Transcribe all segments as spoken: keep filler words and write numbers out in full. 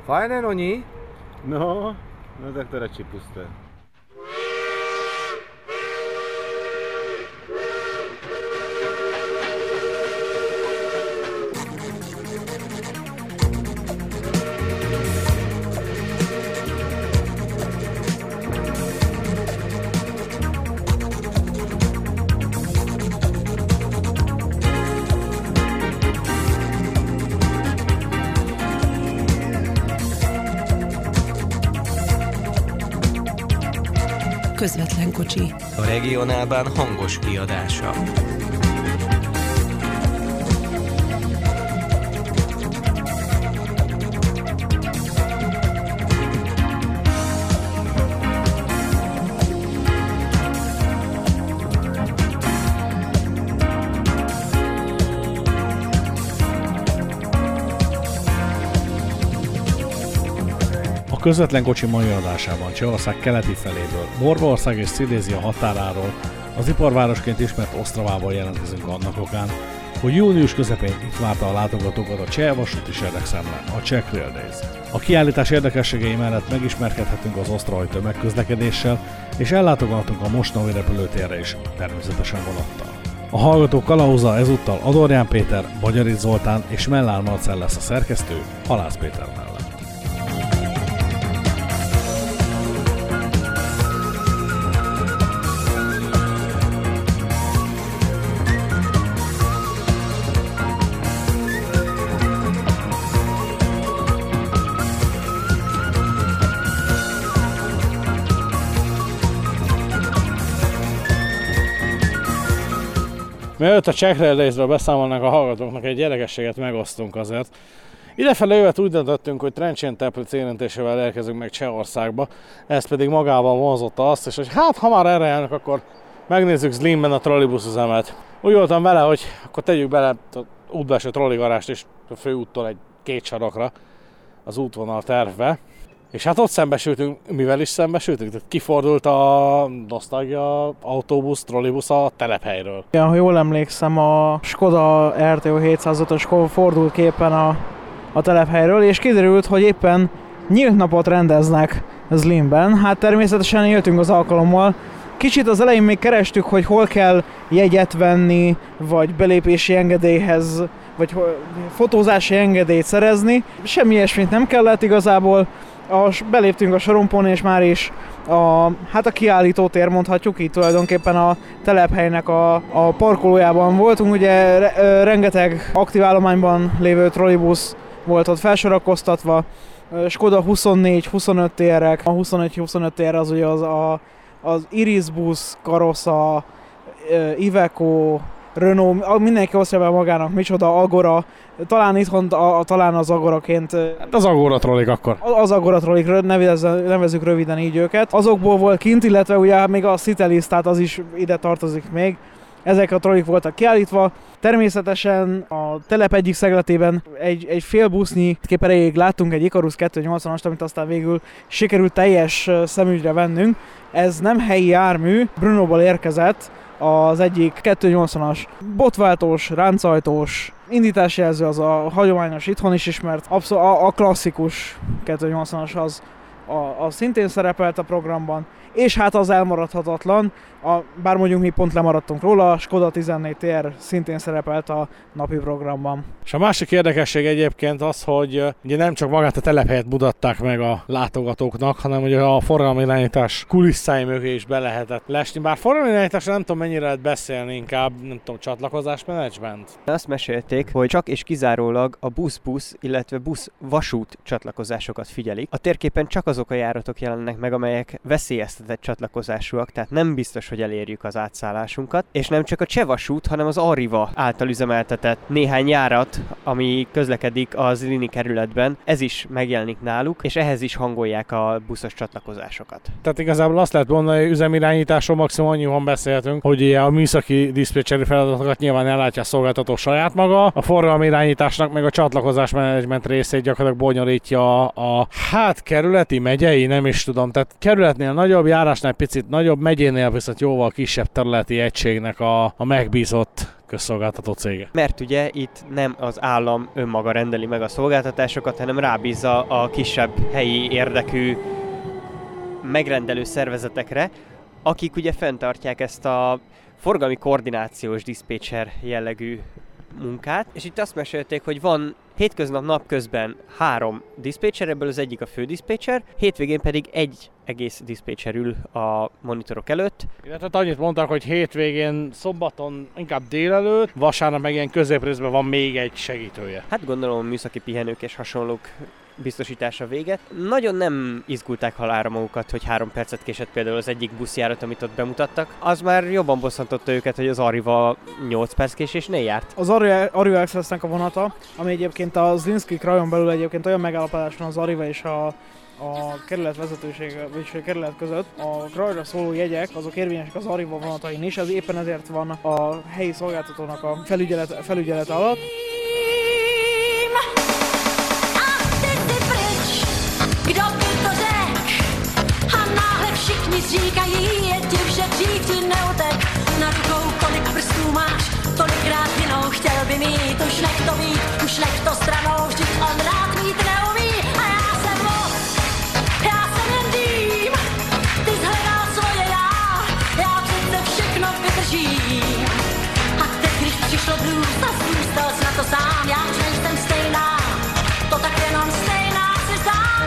Fajne, Ronyi? No, no tak to radši puste. Közvetlen kocsi. A regionálban hangos kiadása. A közvetlen kocsi mai adásában Csehország keleti feléből, Morvaország és Szilézia határáról, az iparvárosként ismert Ostravával jelentkezünk annak okán, hogy június közepén itt várta a látogatókat a Cseh vasúti seregszemle, a Czech Rail Days. A kiállítás érdekességei mellett megismerkedhetünk az osztravai tömegközlekedéssel, és ellátogatunk a Mosnovi repülőtérre is, természetesen vonattal. A hallgatók kalauza ezúttal Adorján Péter, Bagyarics Zoltán és Mellár Marcell lesz a szerkesztő, Halász Péter mellett. Mielőtt a Czech Rail Days-ről beszámolnak a hallgatóknak, egy érdekességet megosztunk azért. Idefele jövet úgy döntöttünk, hogy Trencsén-Teplic érintésével érkezünk meg Csehországba, ez pedig magával vonzotta azt, és hogy hát ha már erre jönnek, akkor megnézzük Zlínben a trollibuszüzemet. Úgy voltam vele, hogy akkor tegyük bele az útbelső trolligarást is a főúttól egy két sarokra az útvonal tervbe. És hát ott szembesültünk, mivel is szembesültünk? Tehát kifordult a Nostalgia autóbusz, trollibusz a telephelyről. Ja, ha jól emlékszem, a Skoda er té o hétszázötös fordult képen a, a telephelyről, és kiderült, hogy éppen nyílt napot rendeznek Zlínben. Hát természetesen éltünk az alkalommal. Kicsit az elején még kerestük, hogy hol kell jegyet venni, vagy belépési engedélyhez, vagy fotózási engedélyt szerezni. Semmi ilyesmit nem kellett igazából. A, beléptünk a sorompon, és már is a, hát a kiállítótér, mondhatjuk így, tulajdonképpen a telephelynek a, a parkolójában voltunk. Ugye re, rengeteg aktív állományban lévő trollibusz volt ott felsorakoztatva. Skoda huszonnégy huszonöt té erek, a huszonöt huszonöt té er az ugye az, a, az Irisbus, Karosa, Iveco, Renault, mindenki osztja be magának, micsoda, Agora, talán itthon a, a, talán az Agoraként... Hát az Agora trollik akkor. Az Agora trollik, nevezzük röviden így őket. Azokból volt kint, illetve ugye még a Citelis, tehát az is ide tartozik még. Ezek a trollik voltak kiállítva. Természetesen a telep egyik szegletében egy, egy fél busznyi kép erejéig láttunk egy Ikarus kétszáznyolcvanast, amit aztán végül sikerült teljes szemügyre vennünk. Ez nem helyi jármű, Brnóból érkezett, az egyik kétszáznyolcvanas botváltós, ráncajtós, indításjelző az a hagyományos, itthon is ismert, abszol- a, a klasszikus kétszáznyolcvanas az a, a szintén szerepelt a programban, és hát az elmaradhatatlan, a, bár mondjuk mi pont lemaradtunk róla, a Skoda tizennégy té er szintén szerepelt a napi programban. És a másik érdekesség egyébként az, hogy ugye nem csak magát a telephelyet mutatták meg a látogatóknak, hanem ugye a forgalmi irányítás kulisszái mögé is be lehetett lesni. Bár forgalmi irányításra nem tudom mennyire lehet beszélni, inkább nem tudom, csatlakozásmenedzsment. Azt mesélték, hogy csak és kizárólag a busz-busz, illetve busz-vasút csatlakozásokat figyelik. A térképen csak azok a járatok jelennek meg, amelyek veszélyeztetett csatlakozásúak, tehát nem biztos, hogy elérjük az átszállásunkat. És nem csak a Cseh vasút, hanem az Arriva által üzemeltetett néhány járat, ami közlekedik az Zlíni kerületben, ez is megjelenik náluk, és ehhez is hangolják a buszos csatlakozásokat. Tehát igazából azt lehet mondani, hogy üzemirányításról maximum annyiban beszélhetünk, hogy a műszaki diszpécseri feladatokat nyilván ellátja a szolgáltató saját maga, a forgalmi irányításnak meg a csatlakozás menedzsment részét gyakorlatilag bonyolítja a, a hát kerületi, megyei, nem is tudom, tehát kerületnél nagyobb, járásnál picit nagyobb, megyénél viszont jóval kisebb területi egységnek a, a megbízott közszolgáltató cége. Mert ugye itt nem az állam önmaga rendeli meg a szolgáltatásokat, hanem rábízza a kisebb helyi érdekű megrendelő szervezetekre, akik ugye fenntartják ezt a forgalmi koordinációs diszpécser jellegű munkát, és itt azt mesélték, hogy van hétköznap napközben három diszpécser, ebből az egyik a fő diszpécser, hétvégén pedig egy egész diszpécser ül a monitorok előtt. Illetve annyit mondtak, hogy hétvégén, szombaton inkább délelőtt, vasárnap meg ilyen középrészben van még egy segítője. Hát gondolom műszaki pihenők és hasonlók biztosítása véget. Nagyon nem izgulták halálra magukat, hogy három percet késett például az egyik buszjárat, amit ott bemutattak. Az már jobban bosszantotta őket, hogy az Arriva nyolc perc késésnél járt. Az Arriva Expressnek a vonata, ami egyébként a Zlinszky rajon belül egyébként olyan megállapodás van az Arriva és a a kerület vezetőség, vagyis a kerület között. A krajra szóló jegyek, azok érvényesek az Arriva vonatain is, ez éppen ezért van a helyi szolgáltatónak a felügyelet, felügyelet alatt. Kdo by to řek? A náhle všichni říkají, je div, že dřív ti neutek. Na rukou kolik prstů máš, tolikrát jinou chtěl by mít. Už nech to být, už nech to stranou, vždyť on rád mít neumí. A já jsem moc, já jsem jen dým. Ty zhledal svoje já, já přece všechno vydržím. A teď, když přišlo blues a zůstal jsi na to sám, já už nejsem stejná, to tak jenom stejná si sám.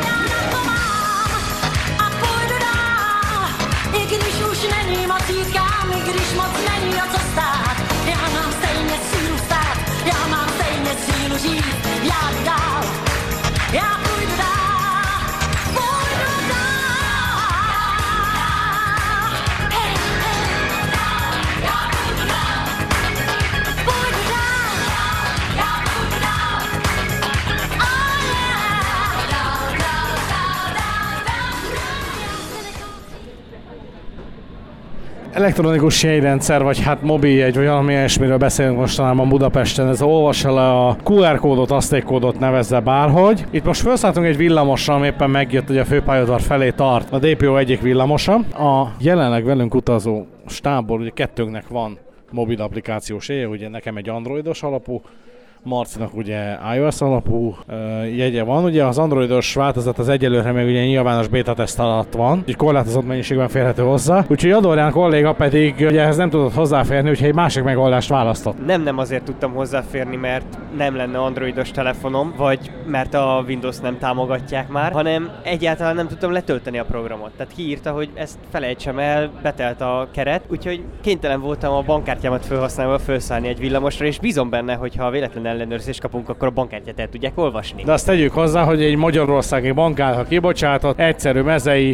Když už není moc jít kam, i když moc není o co stát. Já mám stejně sílu stát, já mám stejně sílu žít. Já jdu dál, já půjdu dál, půjdu dál. Hey, hey, já půjdu dál, půjdu dál, já půjdu dál. Oh yeah, dál, dál, dál, dál, dál. Elektronikus jegyrendszer, vagy hát mobiljegy, vagy valami ilyesmiről beszélünk mostanában Budapesten. Ez olvassa le a kú er kódot, asztékkódot, nevezze bárhogy. Itt most felszálltunk egy villamosra, ami éppen megjött, hogy a főpályaudvar felé tart. A dé pé o egyik villamosa. A jelenleg velünk utazó stábból ugye kettőnknek van mobil applikációs jegye, ugye nekem egy androidos alapú, Marcinak ugye iOS alapú uh, jegye van. Ugye az androidos változat az egyelőre még ugye nyilvános beta teszt alatt van, úgyhogy korlátozott mennyiségben férhető hozzá. Úgyhogy Adorján kolléga pedig ugye ehhez nem tudott hozzáférni, úgyhogy egy másik megoldást választott. Nem, nem azért tudtam hozzáférni, mert nem lenne androidos telefonom, vagy mert a Windows nem támogatják már, hanem egyáltalán nem tudtam letölteni a programot. Tehát kiírta, hogy ezt felejtsem el, betelt a keret, úgyhogy kénytelen voltam a bankkártyámat felhasználva felszállni egy villamosra, és bízom benne, hogy ha véletlenül ellenőrzést kapunk, akkor a bankkártyát el tudják olvasni. De azt tegyük hozzá, hogy egy magyarországi bankártya kibocsátott, egyszerű mezei,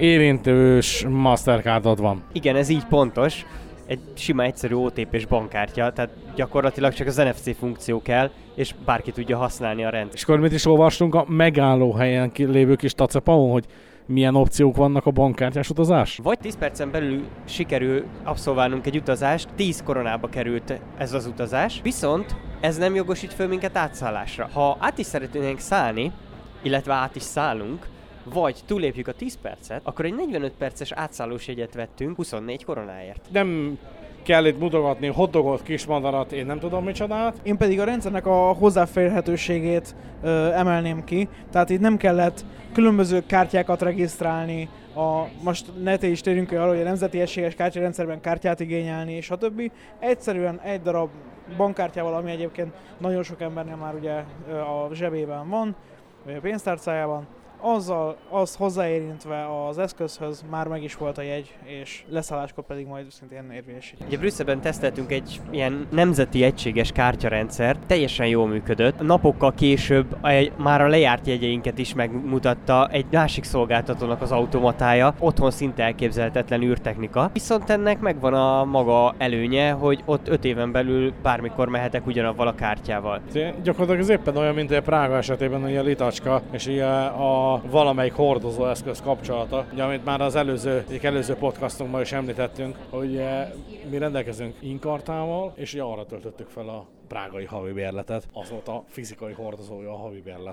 érintős Mastercardod van. Igen, ez így pontos. Egy sima egyszerű ó té pés bankkártya, tehát gyakorlatilag csak az en ef cé funkció kell, és bárki tudja használni a rendet. És akkor mit is olvastunk a megállóhelyen lévő kis tacepaon, hogy milyen opciók vannak a bankkártyás utazás? Vagy tíz percen belül sikerül abszolválnunk egy utazást, tíz koronába került ez az utazás, viszont ez nem jogosít föl minket átszállásra. Ha át is szeretnénk szállni, illetve át is szállunk, vagy túlépjük a tíz percet, akkor egy negyvenöt perces átszállós jegyet vettünk huszonnégy koronáért. Nem kell itt mutogatni hotdogot, kismadarat, én nem tudom micsodát. Én pedig a rendszernek a hozzáférhetőségét ö, emelném ki, tehát itt nem kellett különböző kártyákat regisztrálni, a, most ne is térjünk arra, hogy a nemzeti egységes kártyarendszerben kártyát igényelni, és a többi. Egyszerűen egy darab bankkártyával, ami egyébként nagyon sok embernél már ugye a zsebében van, vagy a pénztárcájában, azzal, azt hozzáérintve az eszközhöz már meg is volt a jegy, és leszálláskor pedig majd szintén érvényesít. Ugye Brüsszelben teszteltünk egy ilyen nemzeti egységes kártyarendszert, teljesen jól működött. Napokkal később egy, már a lejárt jegyeinket is megmutatta egy másik szolgáltatónak az automatája. Otthon szinte elképzelhetetlen űrtechnika. Viszont ennek megvan a maga előnye, hogy ott öt éven belül bármikor mehetek ugyanavval a kártyával. Gyakorlatilag ez éppen olyan, mint a Prága esetében, hogy a litacska, és ugye a valamelyik hordozó eszköz kapcsolata. Ugye, amit már az előző, egyik előző podcastunkban is említettünk, hogy mi rendelkezünk inkartával, és ugye arra töltöttük fel a prágai havi bérletet. Az volt a fizikai hordozója a havi bérlet.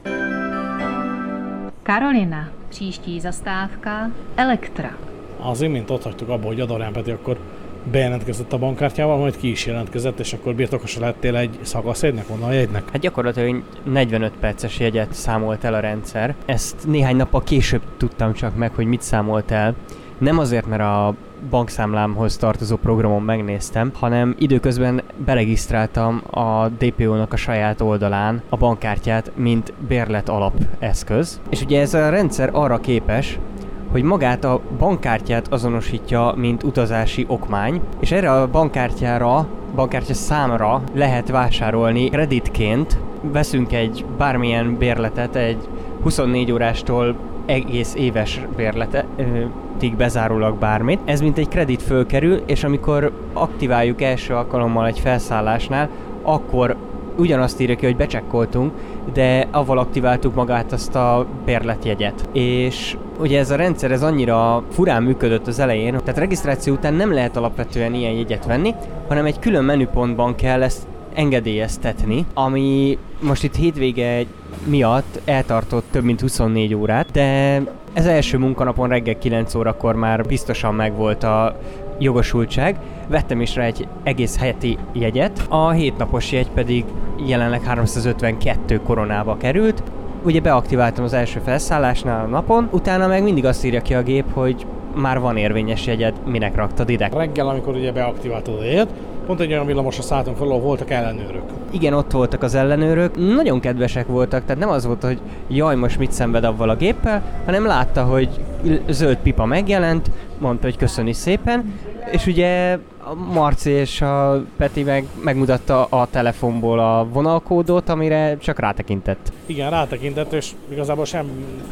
Karolina, příští zastávka Elektra. Az imént ott hagytuk abba, hogy Adorján Peti akkor bejelentkezett a bankkártyával, majd ki is jelentkezett, és akkor birtokosa lettél egy szakaszjegynek, onnan a jegynek? Hát gyakorlatilag negyvenöt perces jegyet számolt el a rendszer. Ezt néhány nappal később tudtam csak meg, hogy mit számolt el. Nem azért, mert a bankszámlámhoz tartozó programon megnéztem, hanem időközben beregisztráltam a dé pé ó-nak a saját oldalán a bankkártyát, mint bérlet alapeszköz. És ugye ez a rendszer arra képes, hogy magát a bankkártyát azonosítja, mint utazási okmány, és erre a bankkártyára, bankkártya számra lehet vásárolni kreditként. Veszünk egy bármilyen bérletet, egy huszonnégy órástól egész éves bérletig bezárólag bármit. Ez mint egy kredit fölkerül, és amikor aktiváljuk első alkalommal egy felszállásnál, akkor ugyanazt írja ki, hogy becsekkoltunk, de avval aktiváltuk magát azt a bérletjegyet. És ugye ez a rendszer ez annyira furán működött az elején, tehát regisztráció után nem lehet alapvetően ilyen jegyet venni, hanem egy külön menüpontban kell ezt engedélyeztetni, ami most itt hétvége miatt eltartott több mint huszonnégy órát, de ez első munkanapon reggel kilenc órakor már biztosan megvolt a jogosultság. Vettem is rá egy egész heti jegyet, a hétnapos jegy pedig jelenleg háromszázötvenkettő koronába került. Ugye beaktiváltam az első felszállásnál a napon, utána meg mindig azt írja ki a gép, hogy már van érvényes jegyed, minek raktad ide. Reggel, amikor ugye beaktiváltad a jegyet, pont egy olyan villamosra szálltunk fel, ahol voltak ellenőrök. Igen, ott voltak az ellenőrök, nagyon kedvesek voltak, tehát nem az volt, hogy jaj, most mit szenved avval a géppel, hanem látta, hogy zöld pipa megjelent, mondta, hogy köszöni szépen, és ugye a Marci és a Peti meg megmutatta a telefonból a vonalkódot, amire csak rátekintett. Igen, rátekintett, és igazából sem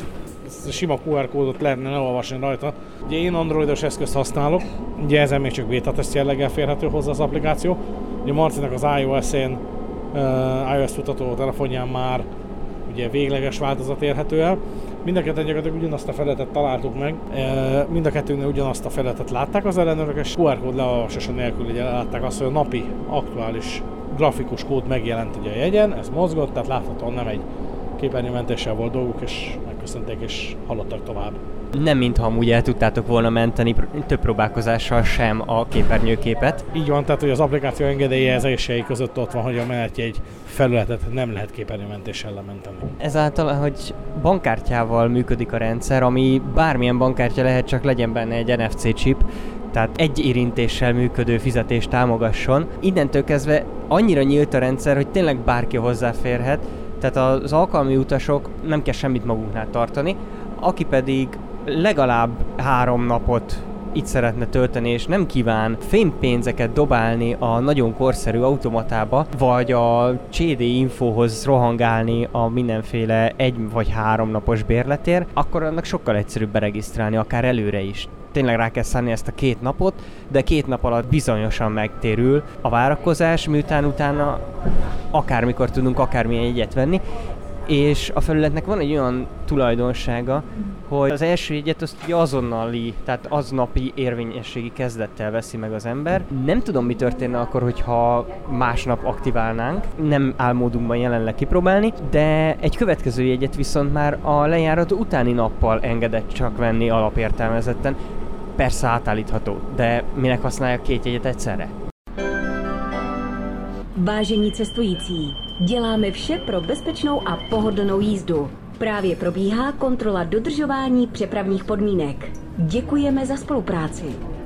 sima kú er kódot lehetne leolvasni rajta. Ugye én androidos eszközt használok, ugye ezen még csak beta teszt jelleggel férhető hozzá az applikáció. Ugye Marcinak az iOS-én, uh, iOS futató telefonján már ugye végleges változat érhető el. Mind a ketten gyakorlatilag ugyanazt a felületet találtuk meg, uh, mind a kettőnél ugyanazt a felületet látták az ellenőrök, és kú er kód leolvasása nélkül ugye látták azt, hogy a napi aktuális grafikus kód megjelent ugye a jegyen, ez mozgott, tehát láthatóan nem egy képernyőmentéssel volt dolguk, és megköszönték, és haladtak tovább. Nem mintha amúgy el tudtátok volna menteni több próbálkozással sem a képernyőképet. Így van, tehát hogy az applikáció engedélyezései között ott van, hogy a menetjegy felületet nem lehet képernyőmentéssel lementeni. Ezáltal, hogy bankkártyával működik a rendszer, ami bármilyen bankkártya lehet, csak legyen benne egy en ef cé chip, tehát egy érintéssel működő fizetést támogasson. Innentől kezdve annyira nyílt a rendszer, hogy tényleg bárki hozzáférhet, tehát az alkalmi utasok nem kell semmit magunknál tartani, aki pedig legalább három napot itt szeretne tölteni, és nem kíván fémpénzeket dobálni a nagyon korszerű automatába, vagy a cé dé infóhoz rohangálni a mindenféle egy vagy három napos bérletért, akkor annak sokkal egyszerűbb beregisztrálni, akár előre is. Tényleg rá kell szánni ezt a két napot, de két nap alatt bizonyosan megtérül a várakozás, miután utána akármikor tudunk akármilyen jegyet venni, és a felületnek van egy olyan tulajdonsága, hogy az első jegyet azt ugye azonnali, tehát aznapi érvényességi kezdettel veszi meg az ember. Nem tudom, mi történne akkor, hogyha másnap aktiválnánk, nem áll módunkban jelenleg kipróbálni, de egy következő jegyet viszont már a lejárat utáni nappal engedett csak venni alapértelmezetten. Persze átállítható, de minek használják két jegyet egyszerre? Vážení cestující, děláme vše pro bezpečnou a pohodlnou jízdu. Právě probíhá kontrola dodržování přepravních podmínek. Děkujeme za spolupráci.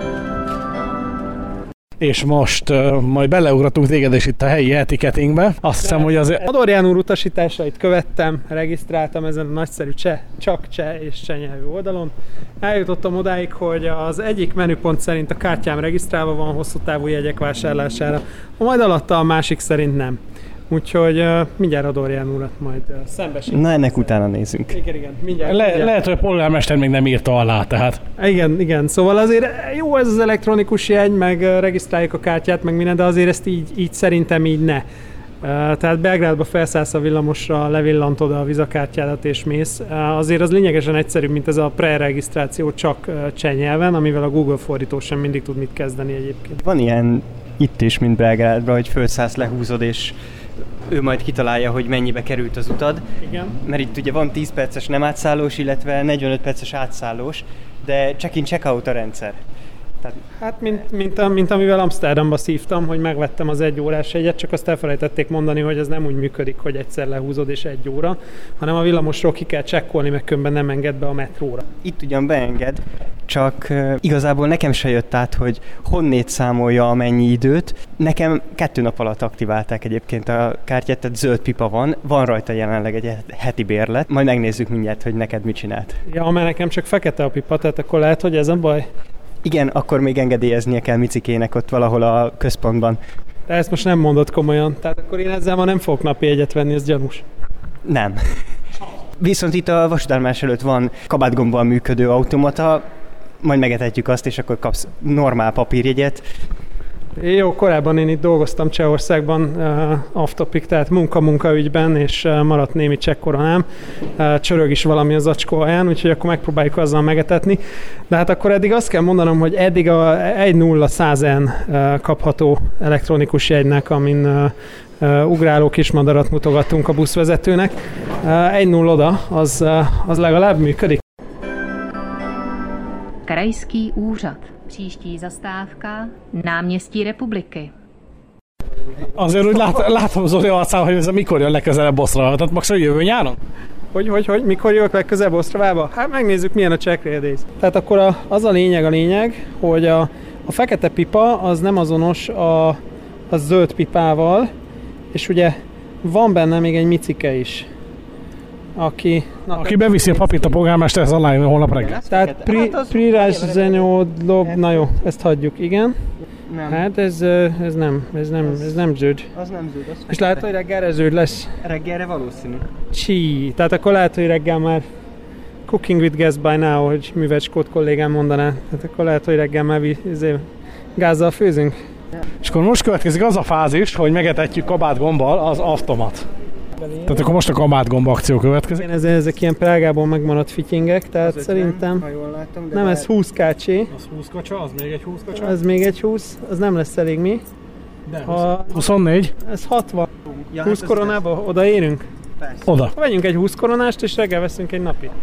És most uh, majd beleugratunk téged is itt a helyi etikettingbe. Azt hiszem, hogy azért... Adorján úr utasításait követtem, regisztráltam ezen a nagyszerű cseh, csak cseh és cseh nyelvű oldalon. Eljutottam odáig, hogy az egyik menüpont szerint a kártyám regisztrálva van hosszú távú jegyek vásárlására, majd alatta a másik szerint nem. Úgyhogy uh, mindjárt Adorján úrat majd uh, szembesítünk. Na, ennek utána nézzünk. Igen, igen, mindjárt. Le, mindjárt. lehet, hogy a polgármester még nem írta alá, tehát. Igen, igen, szóval azért jó ez az elektronikus jegy, meg uh, regisztráljuk a kártyát, meg minden, de azért ezt így, így szerintem így ne. Uh, tehát Belgrádba felszállsz a villamosra, levillantod a vizakártyádat és mész. Uh, azért az lényegesen egyszerűbb, mint ez a pre-regisztráció csak uh, cseh nyelven, amivel a Google fordító sem mindig tud mit kezdeni egyébként. Van ilyen itt is, mint Belgrádban, hogy felszállsz, lehúzod és ő majd kitalálja, hogy mennyibe került az utad. Igen. Mert itt ugye van tíz perces nem átszállós, illetve negyvenöt perces átszállós, de check-in, check-out a rendszer. Tehát... Hát, mint, mint, a, mint amivel Amsterdamba szívtam, hogy megvettem az egy órás jegyet, csak azt elfelejtették mondani, hogy ez nem úgy működik, hogy egyszer lehúzod és egy óra, hanem a villamosról ki kell csekkolni, meg különben nem enged be a metróra. Itt ugyan beenged, csak uh, igazából nekem se jött át, hogy honnét számolja a mennyi időt. Nekem kettő nap alatt aktiválták egyébként a kártyát, tehát zöld pipa van, van rajta jelenleg egy heti bérlet, majd megnézzük mindjárt, hogy neked mit csinált. Ja, mert nekem csak fekete a pipa, tehát akkor lehet, hogy ez a baj. Igen, akkor még engedélyeznie kell Micikének ott valahol a központban. De ezt most nem mondod komolyan, tehát akkor én ezzel ma nem fogok napi jegyet venni, ez gyanús. Nem. Viszont itt a vasútállomás előtt van kabátgombbal működő automata, majd megetetjük azt, és akkor kapsz normál papírjegyet. Jó, korábban én itt dolgoztam Csehországban uh, off-topic, tehát munka-munka ügyben, és uh, maradt némi csekk koronám. Uh, csörög is valami az acskó alján, úgyhogy akkor megpróbáljuk azzal megetetni. De hát akkor eddig azt kell mondanom, hogy eddig a egy nulla százen uh, kapható elektronikus jegynek, amin uh, uh, ugráló kismadarat mutogattunk a buszvezetőnek. Uh, egy null oda, az, uh, az legalább működik. Krajský úřad. Příští zastávka Náměstí Republiky. Azért úgy lát, látom Zoli arcán, hogy ez a mikor jön legközelebb Osztravába, tehát max. Jövő nyáron? Hogy, hogy, hogy, mikor jövök legközelebb Osztravába? Hát megnézzük, milyen a check days. Tehát akkor a, az a lényeg a lényeg, hogy a, a fekete pipa az nem azonos a, a zöld pipával, és ugye van benne még egy micike is, aki... Na, aki beviszi a papírt a polgármester, ez alájön holnap reggel. Tehát Prirás Zenyódlog, na jó, ezt hagyjuk, igen. Nem. Hát ez, ez nem, ez nem, ez nem zöld. Az nem zöld, az és lehet, hogy reggelre zöld lesz. Reggelre valószínű. Csí, tehát akkor lehet, hogy reggel már cooking with gas by now, hogy művecskót kollégám mondaná. Tehát akkor lehet, hogy reggel már izé, gázzal főzünk. Ja. És akkor most következik az a fázis, hogy megetetjük kabátgombbal az automat. Tehát akkor most a kabátgomb akció következik. Ez, ezek ilyen Prágából megmaradt fityingek, tehát az szerintem ötven, jól látom, de nem, ez húsz kácsé. Az húsz kacsa, az még egy húsz kacsa. Az még egy húsz, az nem lesz elég mi. De a... huszonnégy. Ez hatvan. Ja, húsz hát koronába odaérünk? Persze. Oda. Vegyünk egy húsz koronást, és reggel veszünk egy napit.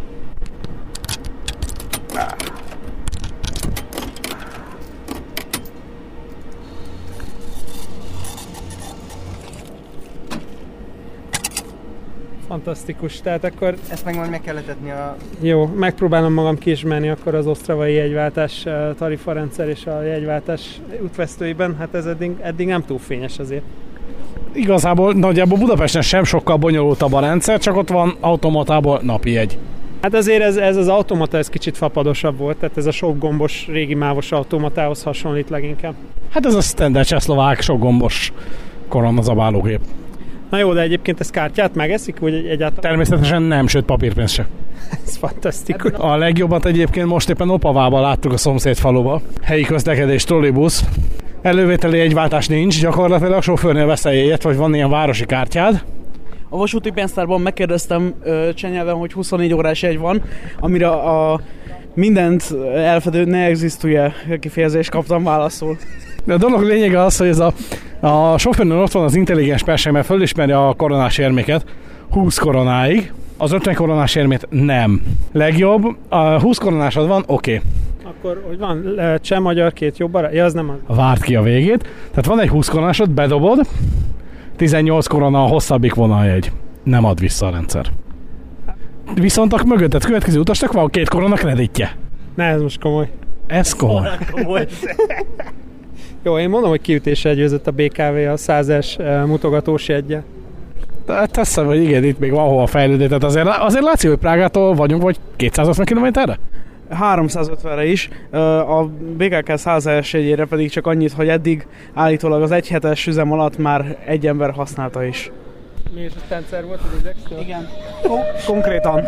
Fantasztikus, tehát akkor... Ezt meg majd meg kell letetni a... Jó, megpróbálom magam kiismerni akkor az osztravai jegyváltás tarifarendszer és a jegyváltás útvesztőiben. Hát ez eddig, eddig nem túl fényes azért. Igazából nagyjából Budapesten sem sokkal bonyolultabb a rendszer, csak ott van automatából napi jegy. Hát azért ez, ez az automata ez kicsit fapadosabb volt, tehát ez a sok gombos, régi mávos automatához hasonlít leginkább. Hát ez a standard csehszlovák sok gombos koronazabálógép. Na jó, de egyébként ezt kártyát megeszik, vagy egyáltalán? Természetesen nem, sőt papírpénz se. Ez fantasztikus. A legjobbat egyébként most éppen Opavában láttuk a szomszéd faluba. Helyi közlekedés, trollibusz. Elővételi jegyváltás nincs, gyakorlatilag a sofőrnél veszel jegyet, vagy van ilyen városi kártyád. A vasúti pénztárban megkérdeztem ö, csenyelven, hogy huszonnégy órás jegy van, amire a mindent elfedő ne existuje kifejezést kaptam válaszul. De a dolog lényege az, hogy ez a, a sofőrnél ott van az intelligens persely, mert fölismeri a koronás érméket húsz koronáig, az ötven koronás érmét nem. Legjobb, a húsz koronásod van, oké. Okay. Akkor, hogy van cseh magyar két jobb barát? Ja, az nem az. Várt ki a végét. Tehát van egy húsz koronásod, bedobod, tizennyolc korona a hosszabbik vonaljegy. Nem ad vissza a rendszer. Viszont a mögötted következő utasnak van két korona kreditje. Ne, ez most komoly. Ez komoly. komoly. Jó, én mondom, hogy kiütésre győzött a bé ká vé a százas mutogatós jeggyel. Teszem, hogy igen, itt még van hova fejlődni. Tehát azért, azért látszik, hogy Prágától vagyunk, vagy kétszázötven kilométerre? háromszázötvenre is. A bé ká ká százas jegyére pedig csak annyit, hogy eddig állítólag az egyhetes üzem alatt már egy ember használta is. Mi is a rendszer volt az üzekstől? Igen. Kon- konkrétan.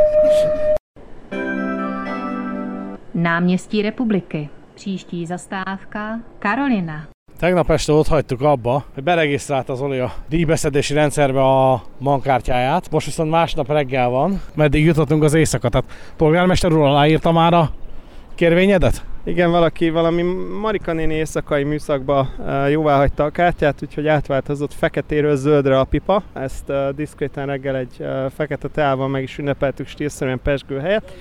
Náměstí Republiky. Příští zastávka Karolina. Tegnap este ott hagytuk abba, hogy beregisztrált az Oli a díjbeszedési rendszerbe a bankkártyáját. Most viszont másnap reggel van, meddig jutottunk az éjszaka. Tehát polgármester úr aláírta már a kérvényedet? Igen, valaki valami Marika néni éjszakai műszakba uh, jóvá hagyta a kártyát, úgyhogy átváltozott feketéről zöldre a pipa. Ezt uh, diszkréten reggel egy uh, fekete teával meg is ünnepeltük stílszerűen pezsgő helyett.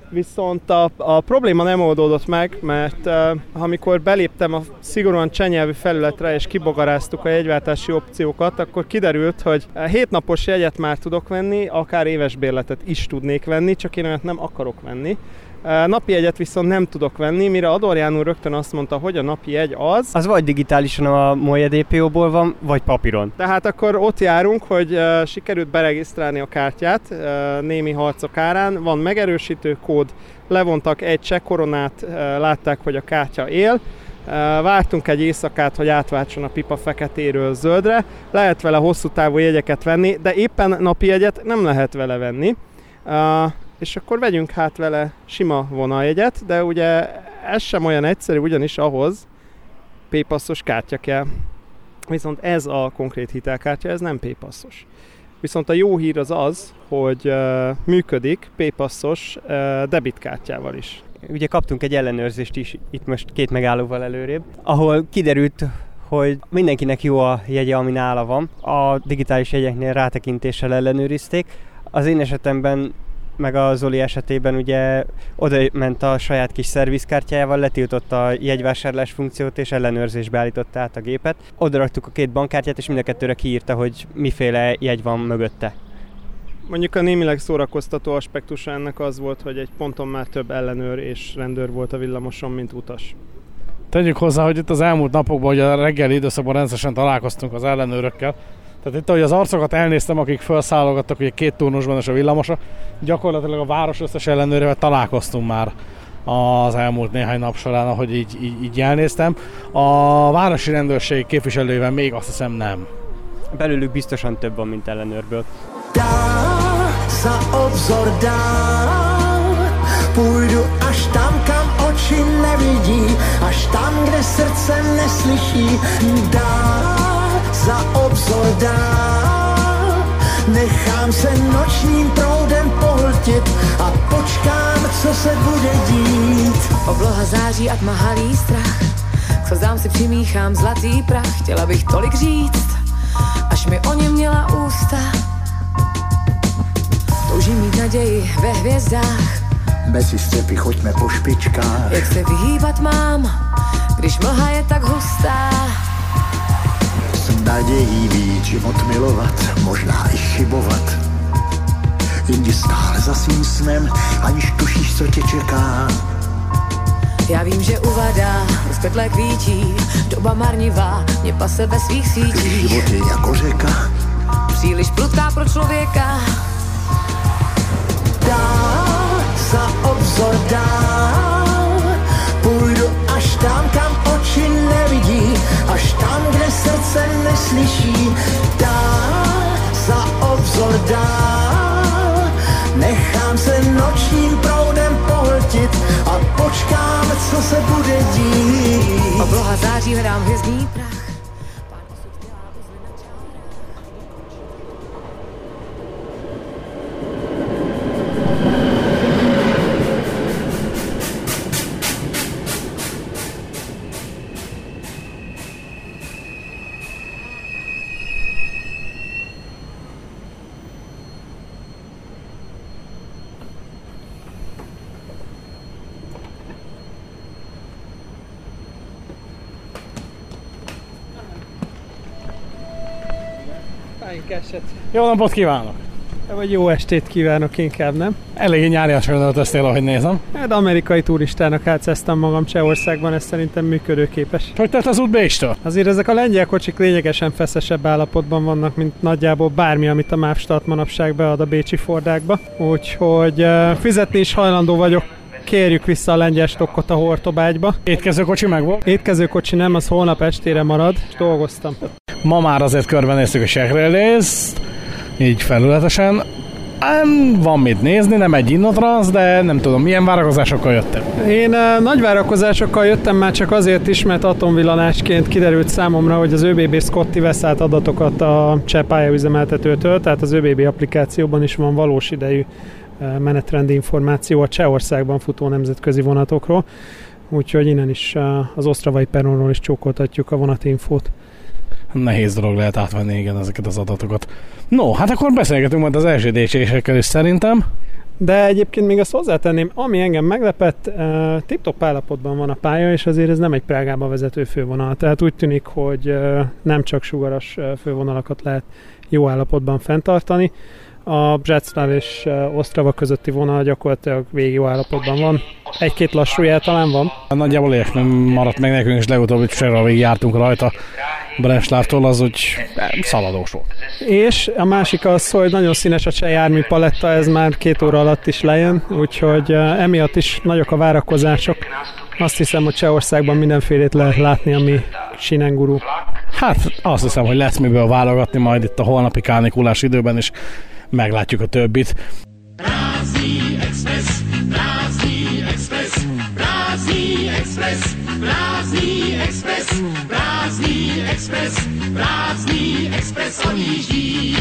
viszont a, a probléma nem oldódott meg, mert uh, amikor beléptem a szigorúan cseh nyelvű felületre és kibogaráztuk a jegyváltási opciókat, akkor kiderült, hogy hét napos jegyet már tudok venni, akár éves bérletet is tudnék venni, csak én olyat nem akarok venni. Napi jegyet viszont nem tudok venni, mire Adorján úr rögtön azt mondta, hogy a napi jegy az... Az vagy digitálisan a MOLYE dé pé ó-ból van, vagy papíron. Tehát akkor ott járunk, hogy uh, sikerült beregisztrálni a kártyát uh, némi harcok árán, van megerősítő kód, levontak egy cseh koronát, uh, látták, hogy a kártya él, uh, vártunk egy éjszakát, hogy átváltson a pipa feketéről zöldre, lehet vele hosszú távú jegyeket venni, de éppen napi jegyet nem lehet vele venni. Uh, és akkor vegyünk hát vele sima vonaljegyet, de ugye ez sem olyan egyszerű, ugyanis ahhoz P-passzos kártya kell. Viszont ez a konkrét hitelkártya, ez nem P-passzos. Viszont a jó hír az az, hogy uh, működik P-passzos uh, debitkártyával is. Ugye kaptunk egy ellenőrzést is itt most két megállóval előrébb, ahol kiderült, hogy mindenkinek jó a jegye, ami nála van. A digitális jegyeknél rátekintéssel ellenőrizték. Az én esetemben meg a Zoli esetében ugye oda ment a saját kis szervizkártyájával, letiltotta a jegyvásárlás funkciót és ellenőrzésbe állította át a gépet. Oda raktuk a két bankkártyát, és mind a kettőre kiírta, hogy miféle jegy van mögötte. Mondjuk a némileg szórakoztató aspektusa ennek az volt, hogy egy ponton már több ellenőr és rendőr volt a villamoson, mint utas. Tegyük hozzá, hogy itt az elmúlt napokban, hogy a reggeli időszakban rendszeresen találkoztunk az ellenőrökkel. Tehát itt, ahogy az arcokat elnéztem, akik felszállogattak ugye két turnusban és a villamosra, gyakorlatilag a város összes ellenőrével találkoztunk már az elmúlt néhány nap során, ahogy így, így, így elnéztem. A városi rendőrség képviselőivel még azt hiszem nem. Belőlük biztosan több van, mint ellenőrből. Dál, za obzor dál, půjdu až tam, kam oči nevidí, až tam, kde srdce neslyší. Dál, za obzor dál, nechám se nočním proudem pohltit a počkám, co se bude dít. Obloha září a tma halí strach, k slzám si přimíchám zlatý prach. Chtěla bych tolik říct, až mi o něm měla ústa. Toužím mít naději ve hvězdách, Bez jistěpy choďme po špičkách. Jak se vyhýbat mám, když mlha je tak hustá. S nadějí víc život milovat, možná i chybovat. Jdi stále za svým snem, aniž tušíš, co tě čeká. Já vím, že uvadá, rozpetlé kvítí, doba marnivá, mě pase ve svých sítích. Život je jako řeka, příliš prudká pro člověka. Dál, za obzor dál, půjdu až tam, kam oči nevidí, až tam, kde srdce neslyší. Dál, za obzor dál, nechám se nočním proudem pohltit a počkám, co se bude dít. Obloha září, hledám hvězdný prach. Jó napot kívánok! Vagy jó estét kívánok inkább, nem? Eléggé nyáriasan öltöztél, ahogy nézem. Hát amerikai turistának átszáztam magam Csehországban, ez szerintem működőképes. Hogy tett az út Bécstől? Azért ezek a lengyel kocsik lényegesen feszesebb állapotban vannak, mint nagyjából bármi, amit a MÁV Start manapság bead a bécsi Fordákba. Úgyhogy uh, fizetni is hajlandó vagyok. Kérjük vissza a lengyel stokkot a Hortobágyba. Étkezőkocsi meg volt? Étkezőkocsi nem, az holnap estére marad, és dolgoztam. Ma már azért körbenéztük a Czech Rally-t, így felületesen. Van mit nézni, nem egy innotransz, de nem tudom, milyen várakozásokkal jöttem. Én uh, nagy várakozásokkal jöttem már csak azért is, mert atomvillanásként kiderült számomra, hogy az ÖBB Scotty vesz át adatokat a cseh pályaüzemeltetőtől, tehát az ÖBB applikációban is van valós idejű uh, menetrendi információ a Csehországban futó nemzetközi vonatokról, úgyhogy innen is uh, az osztravai peronról is csókoltatjuk a vonatinfót. Nehéz dolog lehet átvenni, igen, ezeket az adatokat. No, hát akkor beszélgetünk majd az első dicsésekkel is szerintem. De egyébként még azt hozzátenném, ami engem meglepett, uh, tip-top állapotban van a pálya, és azért ez nem egy Prágába vezető fővonal. Tehát úgy tűnik, hogy uh, nem csak sugaras uh, fővonalakat lehet jó állapotban fenntartani. A Břeclav és uh, Ostrava közötti vonal gyakorlatilag végig jó állapotban van. Egy-két lassú jel talán van. Nagyjából ilyesmi maradt meg nekünk, és legutóbb is végig jártunk rajta Břeclavtól, az úgy szaladós volt. És a másik az, hogy nagyon színes a cseh jármű paletta, ez már két óra alatt is lejön, úgyhogy uh, emiatt is nagyok a várakozások. Azt hiszem, hogy Csehországban mindenfélét lehet látni, ami Sinenguru. Hát azt hiszem, hogy lesz miből válogatni majd itt a holnapi kánikulás időben, és meglátjuk a többit. Prázdný Express, Prázdný Express, Prázdný Express, Prázdný Express, Prázdný Express, Prázdný Express odjíždí.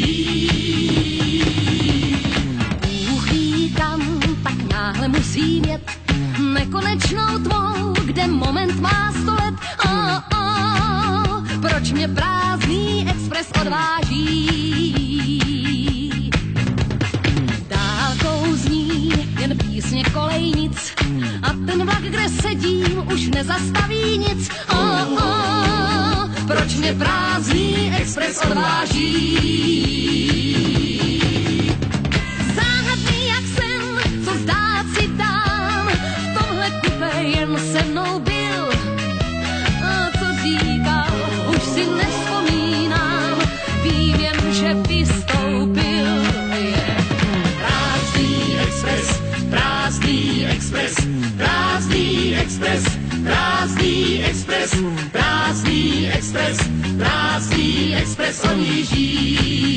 Uchýkám, tak náhle musím jet nekonečnou tvou, kde moment má sto let. Oh, oh, proč mě Prázdný Express odváží? Dálkou zní jen písně kolejnic a ten vlak, kde sedím, už nezastaví nic. Oh, oh, proč mě Prázdný Express odváží? Záhadný jak sen, co zdát si dám, v tomhle kupé jen se mnou byl. A co říkal, už si nevzpomínám, vím jen, že vystoupil. Prázdný Express, Prázdný Express, Prázdný Express, Prázdný Express, Prázdný Express, Prázdný Express odjíždí.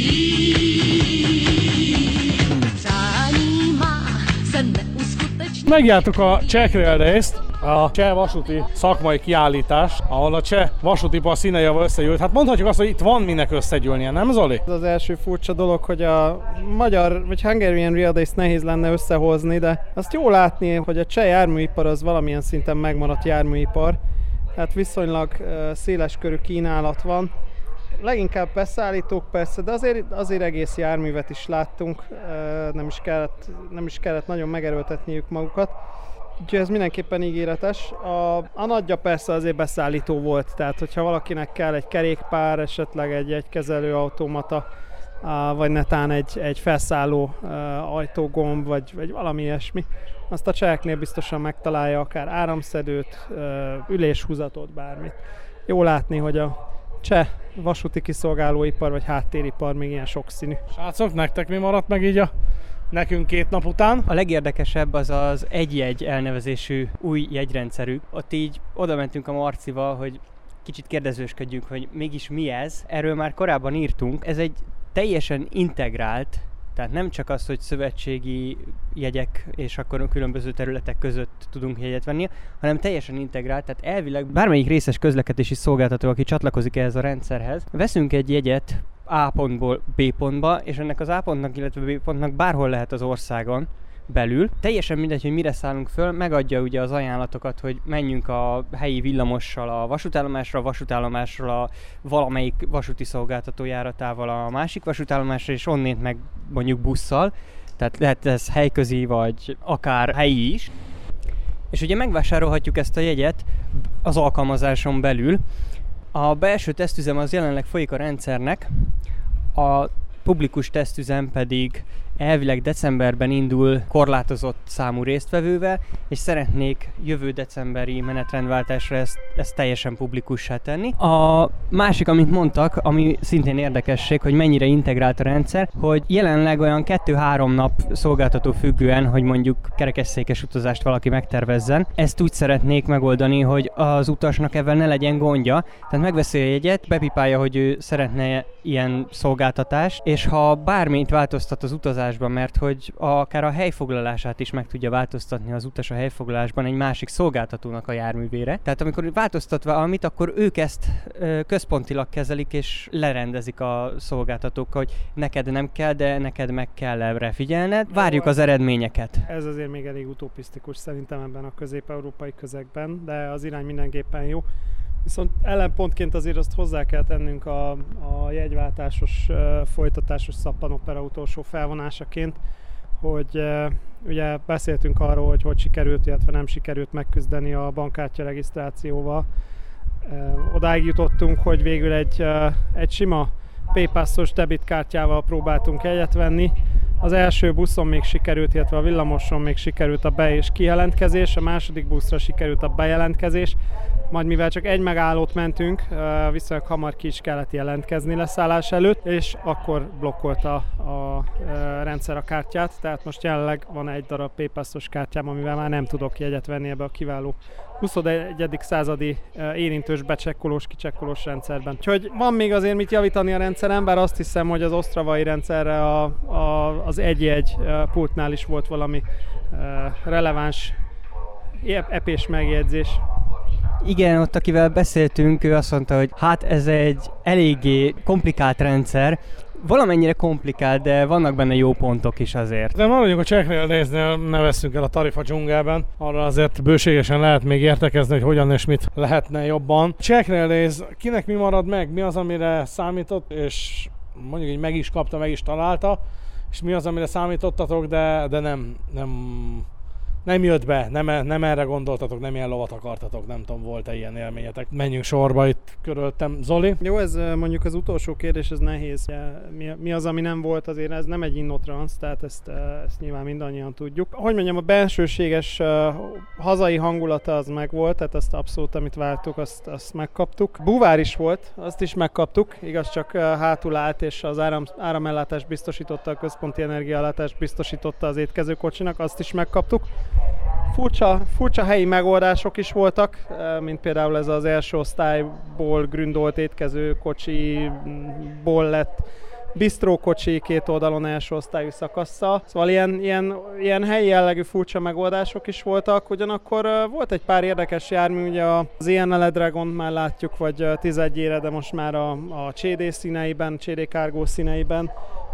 Přání má se neuskutečnit. Megjártuk a Czech Rail Race-t, a cseh vasúti szakmai kiállítás, ahol a cseh vasútipar színeivel összegyűlt. Hát mondhatjuk azt, hogy itt van minek összegyűlnie, nem Zoli? Ez az első furcsa dolog, hogy a magyar vagy Hungarian Rail Race nehéz lenne összehozni, de azt jó látni, hogy a cseh járműipar az valamilyen szinten megmaradt járműipar. Tehát viszonylag széles körű kínálat van. Leginkább beszállítók persze, de azért, azért egész járművet is láttunk, nem is kellett, nem is kellett nagyon megerőltetniük magukat. Úgyhogy ez mindenképpen ígéretes. A, a nagyja persze azért beszállító volt, tehát hogyha valakinek kell egy kerékpár, esetleg egy, egy kezelőautomata, vagy netán egy, egy felszálló ajtógomb, vagy, vagy valami ilyesmi, azt a cseheknél biztosan megtalálja, akár áramszedőt, üléshúzatot, bármit. Jó látni, hogy a cseh vasúti kiszolgálóipar vagy háttéripar még ilyen sokszínű. Srácok, nektek mi maradt meg így a nekünk két nap után? A legérdekesebb az az egy-jegy elnevezésű új jegyrendszerük. Ott így oda mentünk a Marcival, hogy kicsit kérdezősködjünk, hogy mégis mi ez. Erről már korábban írtunk. Ez egy teljesen integrált, tehát nem csak az, hogy szövetségi jegyek és akkor a különböző területek között tudunk jegyet venni, hanem teljesen integrált, tehát elvileg bármelyik részes közlekedési szolgáltató, aki csatlakozik ehhez a rendszerhez, veszünk egy jegyet A pontból B pontba, és ennek az A pontnak, illetve B pontnak bárhol lehet az országon belül. Teljesen mindegy, hogy mire szállunk föl, megadja ugye az ajánlatokat, hogy menjünk a helyi villamossal a vasútállomásra, a vasútállomásról a valamelyik vasúti szolgáltató járatával a másik vasútállomásra, és onnét meg mondjuk busszal. Tehát lehet ez helyközi, vagy akár helyi is. És ugye megvásárolhatjuk ezt a jegyet az alkalmazáson belül. A belső tesztüzem az jelenleg folyik a rendszernek, a publikus tesztüzem pedig elvileg decemberben indul korlátozott számú résztvevővel, és szeretnék jövő decemberi menetrendváltásra ezt, ezt teljesen publikussá tenni. A másik, amit mondtak, ami szintén érdekesség, hogy mennyire integrált a rendszer, hogy jelenleg olyan kettő-három nap szolgáltató függően, hogy mondjuk kerekesszékes utazást valaki megtervezzen. Ezt úgy szeretnék megoldani, hogy az utasnak ebben ne legyen gondja, tehát megveszi a jegyet, bepipálja, hogy ő szeretne ilyen szolgáltatást, és ha bármit változtat az utazásban, mert hogy akár a helyfoglalását is meg tudja változtatni az utas a helyfoglalásban egy másik szolgáltatónak a járművére. Tehát amikor változtat valamit, akkor ők ezt ö, központilag kezelik és lerendezik a szolgáltatók, hogy neked nem kell, de neked meg kell erre figyelned. Várjuk az eredményeket. Ez azért még elég utopisztikus szerintem ebben a közép-európai közegben, de az irány mindenképpen jó. Viszont ellenpontként azért azt hozzá kell tennünk a, a jegyváltásos, uh, folytatásos szappanopera utolsó felvonásaként, hogy ugye beszéltünk arról, hogy hogy sikerült, illetve nem sikerült megküzdeni a bankkártya regisztrációval. Odáig jutottunk, hogy végül egy, egy sima PayPass-os debitkártyával próbáltunk jegyet venni. Az első buszon még sikerült, illetve a villamoson még sikerült a be- és kijelentkezés, a második buszra sikerült a bejelentkezés, majd mivel csak egy megállót mentünk, viszonylag hamar ki is kellett jelentkezni leszállás előtt, és akkor blokkolta a rendszer a kártyát, tehát most jelenleg van egy darab PayPass-os kártyám, amivel már nem tudok jegyet venni ebbe a kiváló huszonegyedik századi érintős, becsekkolós, kicsekkolós rendszerben. Úgyhogy van még azért mit javítani a rendszeren, bár azt hiszem, hogy az ostravai rendszerre a, a, az egy-egy pultnál is volt valami releváns epés megjegyzés. Igen, ott akivel beszéltünk, ő azt mondta, hogy hát ez egy eléggé komplikált rendszer, valamennyire komplikált, de vannak benne jó pontok is azért. De maradjunk a Czech Railways-nél, ne vesszünk el a tarifa dzsungelben, arra azért bőségesen lehet még értekezni, hogy hogyan és mit lehetne jobban. Czech Railways, kinek mi marad meg, mi az, amire számított, és mondjuk így meg is kapta, meg is találta, és mi az, amire számítottatok, de, de nem, nem, nem jött be, nem, nem erre gondoltatok, nem ilyen lovat akartatok, nem tudom, volt-e ilyen élményetek. Menjünk sorba, itt körülöttem. Zoli? Jó, ez mondjuk az utolsó kérdés, ez nehéz. Mi, mi az, ami nem volt, azért ez nem egy innotransz, tehát ezt, ezt nyilván mindannyian tudjuk. Hogy mondjam, a bensőséges hazai hangulata az meg volt, tehát azt abszolút, amit vártuk, azt, azt megkaptuk. Buvár is volt, azt is megkaptuk, igaz, csak hátul állt, és az áram, áramellátást biztosította, a központi energiaellátást biztosította az étkezőkocsinak, azt is megkaptuk. Furcsa, furcsa helyi megoldások is voltak, mint például ez az első osztályból gründolt étkezőkocsiból lett bistrókocsi két oldalon első osztályú szakasszal. Szóval ilyen, ilyen, ilyen helyi jellegű furcsa megoldások is voltak, ugyanakkor volt egy pár érdekes jármű, ugye az i en el Dragont már látjuk, vagy tizedjére, de most már a, a cé dé színeiben, cé dé Cargo színeiben.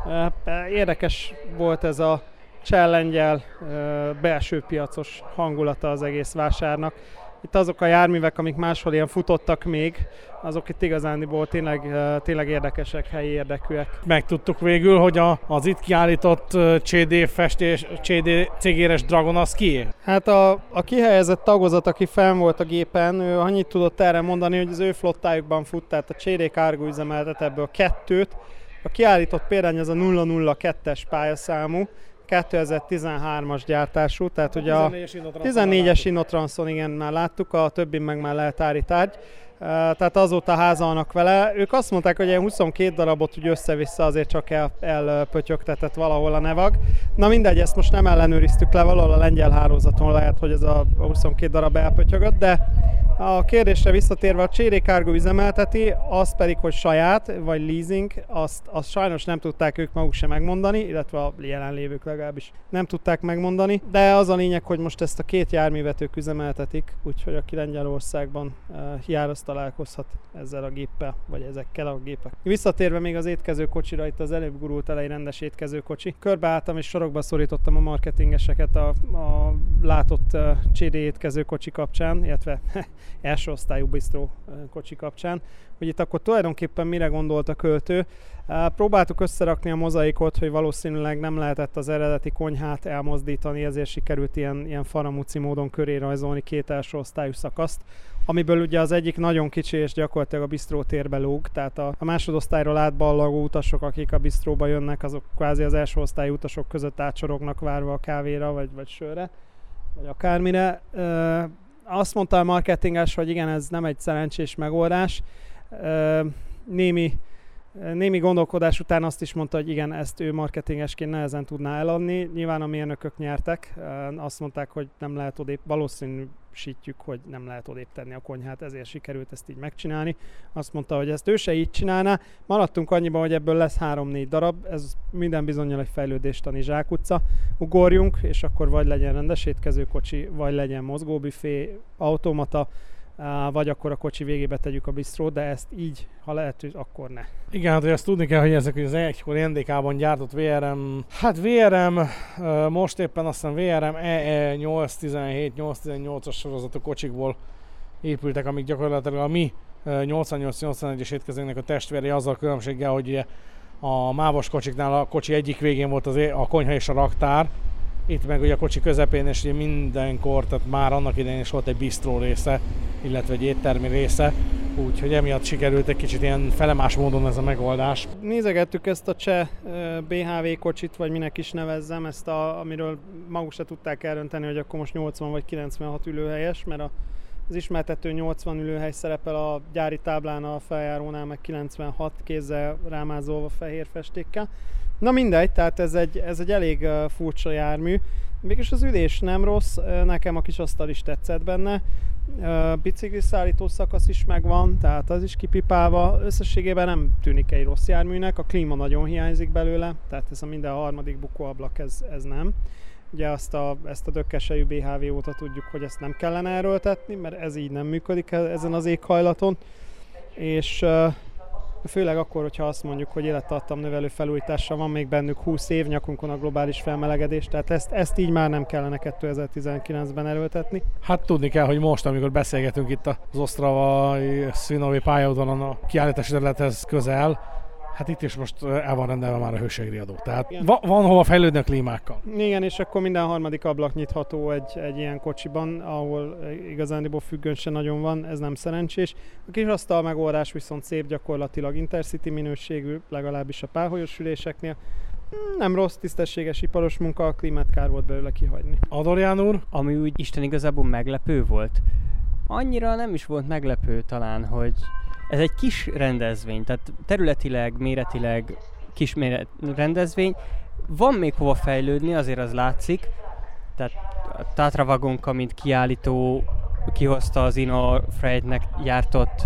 Érdekes volt ez a cseh-lengyel belső piacos hangulata az egész vásárnak. Itt azok a járművek, amik máshol ilyen futottak még, azok itt igazándiból tényleg, tényleg érdekesek, helyi érdekűek. Megtudtuk végül, hogy a, az itt kiállított cé dé festés, cé dé cégéres Dragon az kié? Hát a, a kihelyezett tagozat, aki fenn volt a gépen, ő annyit tudott erre mondani, hogy az ő flottájukban fut, tehát a cé dé Cargo üzemeltet ebből kettőt. A kiállított példány az a nulla nulla kettes pályaszámú, kétezer-tizenhármas gyártású, tehát ugye a tizennégyes Innotranszon igen, már láttuk, a többi meg már lehet ári tárgy. Tehát azóta házalnak vele. Ők azt mondták, hogy ilyen huszonkét darabot úgy össze-vissza azért csak el, elpötyögtetett valahol a nevag. Na mindegy, ezt most nem ellenőriztük le, valahol a lengyel hálózaton lehet, hogy ez a huszonkét darab elpötyögött, de a kérdésre visszatérve, a cé dé Cargo üzemelteti, az pedig, hogy saját vagy leasing, azt, azt sajnos nem tudták ők maguk sem megmondani, illetve a jelenlévők legalábbis nem tudták megmondani, de az a lényeg, hogy most ezt a két járművet ők üzemeltetik, úgyhogy aki Lengyelországban uh, jár, az találkozhat ezzel a géppel, vagy ezekkel a gépek. Visszatérve még az étkezőkocsira, itt az előbb gurult el egy rendes étkezőkocsi. Körbeálltam és sorokba szorítottam a marketingeseket a, a látott uh, cé dé étkezőkocsi kapcsán, illetve első osztályú bistró kocsi kapcsán, hogy itt akkor tulajdonképpen mire gondolt a költő. Próbáltuk összerakni a mozaikot, hogy valószínűleg nem lehetett az eredeti konyhát elmozdítani, ezért sikerült ilyen, ilyen faramúci módon köré rajzolni két első osztályú szakaszt, amiből ugye az egyik nagyon kicsi és gyakorlatilag a bistró térbe lóg, tehát a, a másodosztályról átballagó utasok, akik a bistróba jönnek, azok kvázi az első osztályú utasok között átsorognak várva a kávéra, vagy, vagy sörre, vagy akármire. Azt mondta a marketinges, hogy igen, ez nem egy szerencsés megoldás. Némi, némi gondolkodás után azt is mondta, hogy igen, ezt ő marketingesként nehezen tudná eladni. Nyilván a mérnökök nyertek. Azt mondták, hogy nem lehet odébb, valószínűsítjük, hogy nem lehet odébb tenni a konyhát, ezért sikerült ezt így megcsinálni. Azt mondta, hogy ezt ő se így csinálná. Maradtunk annyiban, hogy ebből lesz három-négy darab. Ez minden bizonnyal egy fejlődéstani zsákutca. Ugorjunk, és akkor vagy legyen rendes étkezőkocsi, vagy legyen mozgóbüfé, automata, vagy akkor a kocsi végébe tegyük a bistrót, de ezt így, ha lehet, akkor ne. Igen, hát hogy ezt tudni kell, hogy ezek az egykor en dé ká-ban gyártott vé er em, hát vé er em, most éppen azt hiszem vé er em E E nyolc tizenhét nyolc tizennyolcas sorozatú kocsikból épültek, amik gyakorlatilag a mi nyolcvannyolc nyolcvanegyes étkezőnknek a testvérei, azzal a különbséggel, hogy A mávos kocsiknál a kocsi egyik végén volt az é- a konyha és a raktár, itt meg ugye a kocsi közepén, és ugye mindenkor, tehát már annak idején is volt egy bistró része, illetve egy éttermi része, úgyhogy emiatt sikerült egy kicsit ilyen felemás módon ez a megoldás. Nézegettük ezt a cseh bé há vé kocsit, vagy minek is nevezzem, ezt a, amiről maguk se tudták eldönteni, hogy akkor most nyolcvan vagy kilencvenhat ülőhelyes, mert a az ismertető nyolcvan ülőhely szerepel a gyári táblán, a feljárónál meg kilencvenhat kézzel rámázolva fehér festékkel. Na mindegy, tehát ez egy, ez egy elég uh, furcsa jármű. Mégis az ülés nem rossz, uh, nekem a kis asztal is tetszett benne. Uh, bicikliszállító szakasz is megvan, tehát az is kipipálva. Összességében nem tűnik egy rossz járműnek, a klíma nagyon hiányzik belőle, tehát ez a minden harmadik bukóablak, ez, ez nem. Ugye azt a, ezt a dökkesejű bé há vé óta tudjuk, hogy ezt nem kellene erőltetni, mert ez így nem működik ezen az éghajlaton. És uh, főleg akkor, hogyha azt mondjuk, hogy élettartamnövelő felújításra van még bennük húsz év, nyakunkon a globális felmelegedés, tehát ezt, ezt így már nem kellene kétezer-tizenkilencben erőltetni. Hát tudni kell, hogy most, amikor beszélgetünk itt az Ostravai Szvinovi pályaudvaron a kiállítási területhez közel, hát itt is most el van rendelve már a hőségriadó, tehát va- van hova fejlődni a klímákkal. Igen, és akkor minden harmadik ablak nyitható egy, egy ilyen kocsiban, ahol igazándiból függöny se nagyon van, ez nem szerencsés. A kis asztal megoldás viszont szép, gyakorlatilag Intercity minőségű, legalábbis a párhujós üléseknél. Nem rossz, tisztességes iparos munka, a klímát kár volt belőle kihagyni. Adorján úr? Ami úgy Isten igazából meglepő volt. Annyira nem is volt meglepő talán, hogy ez egy kis rendezvény, tehát területileg, méretileg kis méret rendezvény. Van még hova fejlődni, azért az látszik. Tehát a Tatra Vagonka, mint kiállító, kihozta az InnoFreight-nek gyártott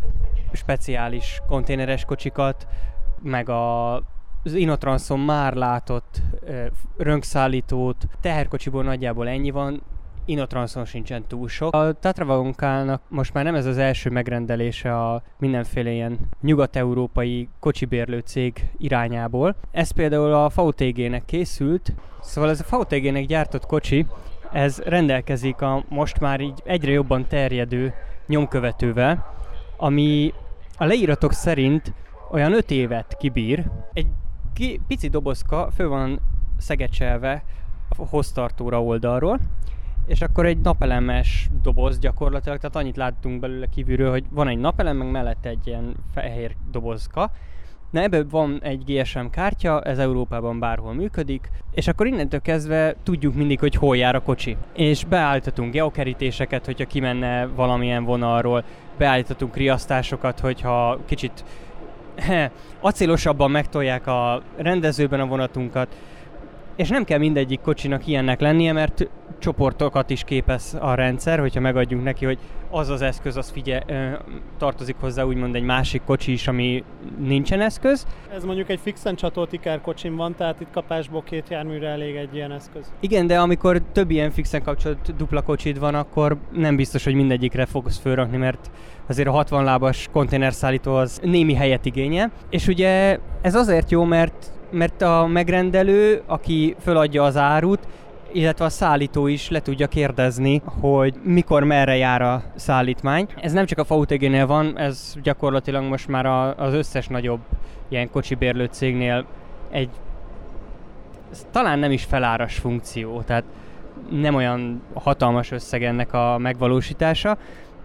speciális konténeres kocsikat, meg a, az Innotranson már látott e, rönkszállítót. Teherkocsiból nagyjából ennyi van, Innotranson sincsen túl sok. A Tatra Vagonkának most már nem ez az első megrendelése a mindenféle ilyen nyugat-európai kocsibérlő cég irányából. Ez például a vé té gé-nek készült, szóval ez a vé té gé-nek gyártott kocsi, ez rendelkezik a most már így egyre jobban terjedő nyomkövetővel, ami a leíratok szerint olyan öt évet kibír. Egy ki, pici dobozka föl van szegecselve a hoztartóra oldalról, és akkor egy napelemes doboz gyakorlatilag, tehát annyit láttunk belőle kívülről, hogy van egy napelem, meg mellette egy ilyen fehér dobozka. Na ebből van egy gé es em kártya, ez Európában bárhol működik, és akkor innentől kezdve tudjuk mindig, hogy hol jár a kocsi. És beállítatunk geokerítéseket, hogyha kimenne valamilyen vonalról, beállítatunk riasztásokat, hogyha kicsit he, acélosabban megtolják a rendezőben a vonatunkat, és nem kell mindegyik kocsinak ilyennek lennie, mert csoportokat is képez a rendszer, hogyha megadjunk neki, hogy az az eszköz, az figyel, tartozik hozzá úgymond egy másik kocsi is, ami nincsen eszköz. Ez mondjuk egy fixen csatolt Iker kocsim van, tehát itt kapásból két járműre elég egy ilyen eszköz. Igen, de amikor több ilyen fixen kapcsolt dupla kocsid van, akkor nem biztos, hogy mindegyikre fogsz fölrakni, mert azért a hatvan lábas konténerszállító az némi helyet igényel. És ugye ez azért jó, mert mert a megrendelő, aki föladja az árut, illetve a szállító is le tudja kérdezni, hogy mikor merre jár a szállítmány. Ez nem csak a vé té gé-nél van, ez gyakorlatilag most már a, az összes nagyobb ilyen kocsibérlő cégnél egy talán nem is feláras funkció, tehát nem olyan hatalmas összeg ennek a megvalósítása.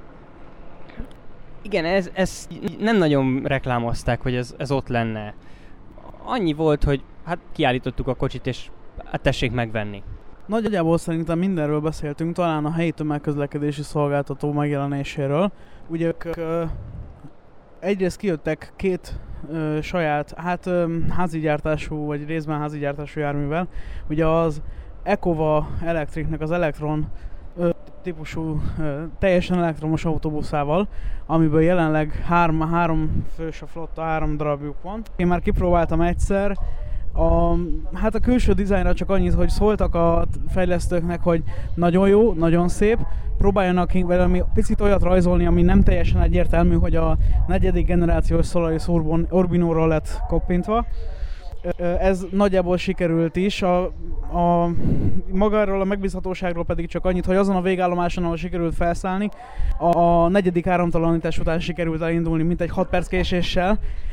Igen, ez, ez nem nagyon reklámozták, hogy ez, ez ott lenne. Annyi volt, hogy hát kiállítottuk a kocsit, és hát tessék megvenni. Nagyjából szerintem mindenről beszéltünk, talán a helyi tömegközlekedési szolgáltató megjelenéséről. Ugye ők ö, egyrészt kijöttek két ö, saját, hát ö, házigyártású, vagy részben házigyártású járművel. Ugye az Ecova Electricnek az Electron ö, típusú, ö, teljesen elektromos autóbuszával, amiből jelenleg három, három fős a flotta, három darabjuk van. Én már kipróbáltam egyszer. A, hát a külső dizájnra csak annyit, hogy szóltak a fejlesztőknek, hogy nagyon jó, nagyon szép, próbáljanak valami picit olyat rajzolni, ami nem teljesen egyértelmű, hogy a negyedik generációs Solaris Urbinoról lett koppintva. Ez nagyjából sikerült is, a, a magáról a megbízhatóságról pedig csak annyit, hogy azon a végállomáson, ahol sikerült felszállni, a, a negyedik áramtalanítás után sikerült elindulni, mint egy hat perc késéssel.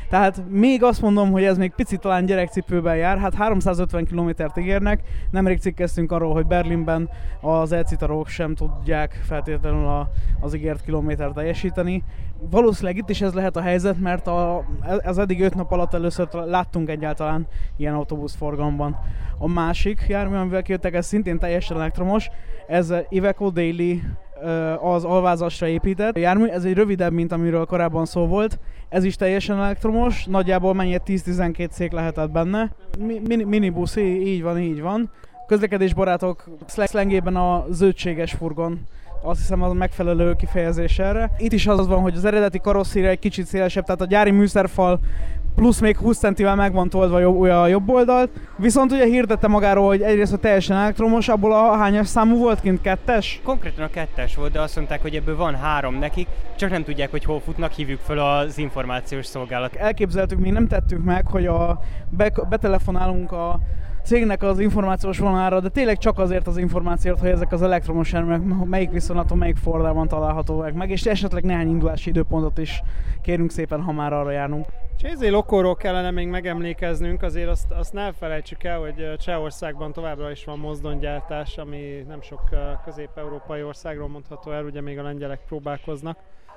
Tehát még azt mondom, hogy ez még picit talán gyerekcipőben jár, hát háromszázötven kilométert ígérnek, nemrég cikkeztünk arról, hogy Berlinben az elcitarók sem tudják feltétlenül a, az ígért kilométert teljesíteni. Valószínűleg itt is ez lehet a helyzet, mert a, ez eddig öt nap alatt először láttunk egyáltalán ilyen autóbuszforgalomban. A másik jármű, amivel kijöttek, ez szintén teljesen elektromos, ez Iveco Daily, az alvázasra épített jármű, ez egy rövidebb, mint amiről korábban szó volt, ez is teljesen elektromos, nagyjából mennyi tíz-tizenkét szék lehetett benne. Mini, minibusz, így van, így van. Közlekedésbarátok szlengében a zöldséges furgon, azt hiszem az megfelelő kifejezés erre. Itt is az van, hogy az eredeti karosszéria egy kicsit szélesebb, tehát a gyári műszerfal plusz még húsz centivel meg van toldva jobb, a jobb oldalt. Viszont ugye hirdette magáról, hogy egyrészt a teljesen elektromos, abból a hányas számú volt kint? Kettes? Konkrétan a kettes volt, de azt mondták, hogy ebből van három nekik, csak nem tudják, hogy hol futnak, hívjuk fel az információs szolgálat. Elképzeltük, még nem tettük meg, hogy a be, betelefonálunk a cégnek az információs vonalára, de tényleg csak azért az információt, hogy ezek az elektromos járművek melyik viszonylaton, melyik fordában találhatóak meg, és esetleg néhány indulási időpontot is kérünk szépen, ha már arra járunk. Csézé Lokóról kellene még megemlékeznünk, azért azt, azt ne felejtsük el, hogy Csehországban továbbra is van mozdonygyártás, ami nem sok közép-európai országról mondható el, ugye még a lengyelek próbálkoznak.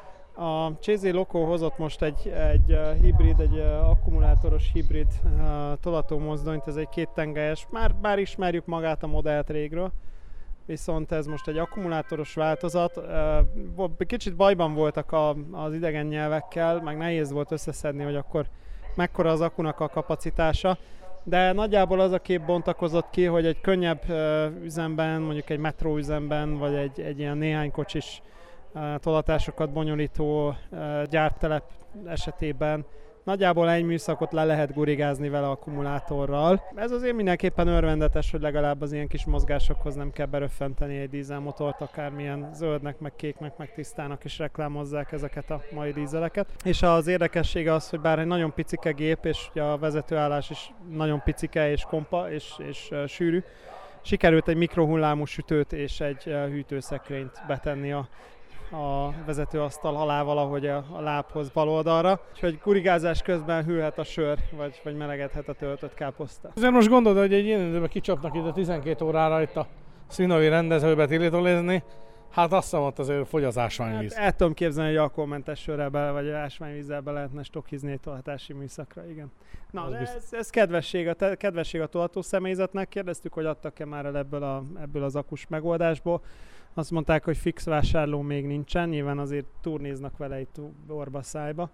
A Csézé Lokó hozott most egy, egy hibrid, egy akkumulátoros hibrid tolatómozdonyt, ez egy kéttengelyes, már, már ismerjük magát a modellt régről, viszont ez most egy akkumulátoros változat. Kicsit bajban voltak a, az idegen nyelvekkel, meg nehéz volt összeszedni, hogy akkor mekkora az akkunak a kapacitása, de nagyjából az a kép bontakozott ki, hogy egy könnyebb üzemben, mondjuk egy metróüzemben, vagy egy, egy ilyen néhány kocsis tolatásokat bonyolító gyártelep esetében nagyjából egy műszakot le lehet gurigázni vele akkumulátorral. Ez azért mindenképpen örvendetes, hogy legalább az ilyen kis mozgásokhoz nem kell beröffenteni egy dízelmotort, akármilyen zöldnek, meg kéknek, meg tisztának is reklámozzák ezeket a mai dízeleket. És az érdekessége az, hogy bár egy nagyon picike gép, és ugye a vezetőállás is nagyon picike és kompa és, és uh, sűrű, sikerült egy mikrohullámú sütőt és egy uh, hűtőszekrényt betenni a a vezetőasztal alá valahogy a, a lábhoz bal oldalra, úgyhogy gurigázás közben hűlhet a sör, vagy, vagy melegedhet a töltött káposzta. Azért most gondolod, hogy egy ilyen időben kicsapnak ide tizenkét órára itt a színai rendezőbe tilitolézni, hát azt hiszem, ott azért fogy az ásványvíz. Hát el tudom képzelni, hogy alkoholmentes sörrel bele, vagy ásványvízzel be lehetne stokhizni egy tolatási műszakra, igen. Na, de ez, ez kedvesség, a, te, kedvesség a tolató személyzetnek, kérdeztük, hogy adtak-e már el ebből, a, ebből az akus megoldásból. Azt mondták, hogy fix vásárló még nincsen, nyilván azért turnéznak vele itt orba szájba,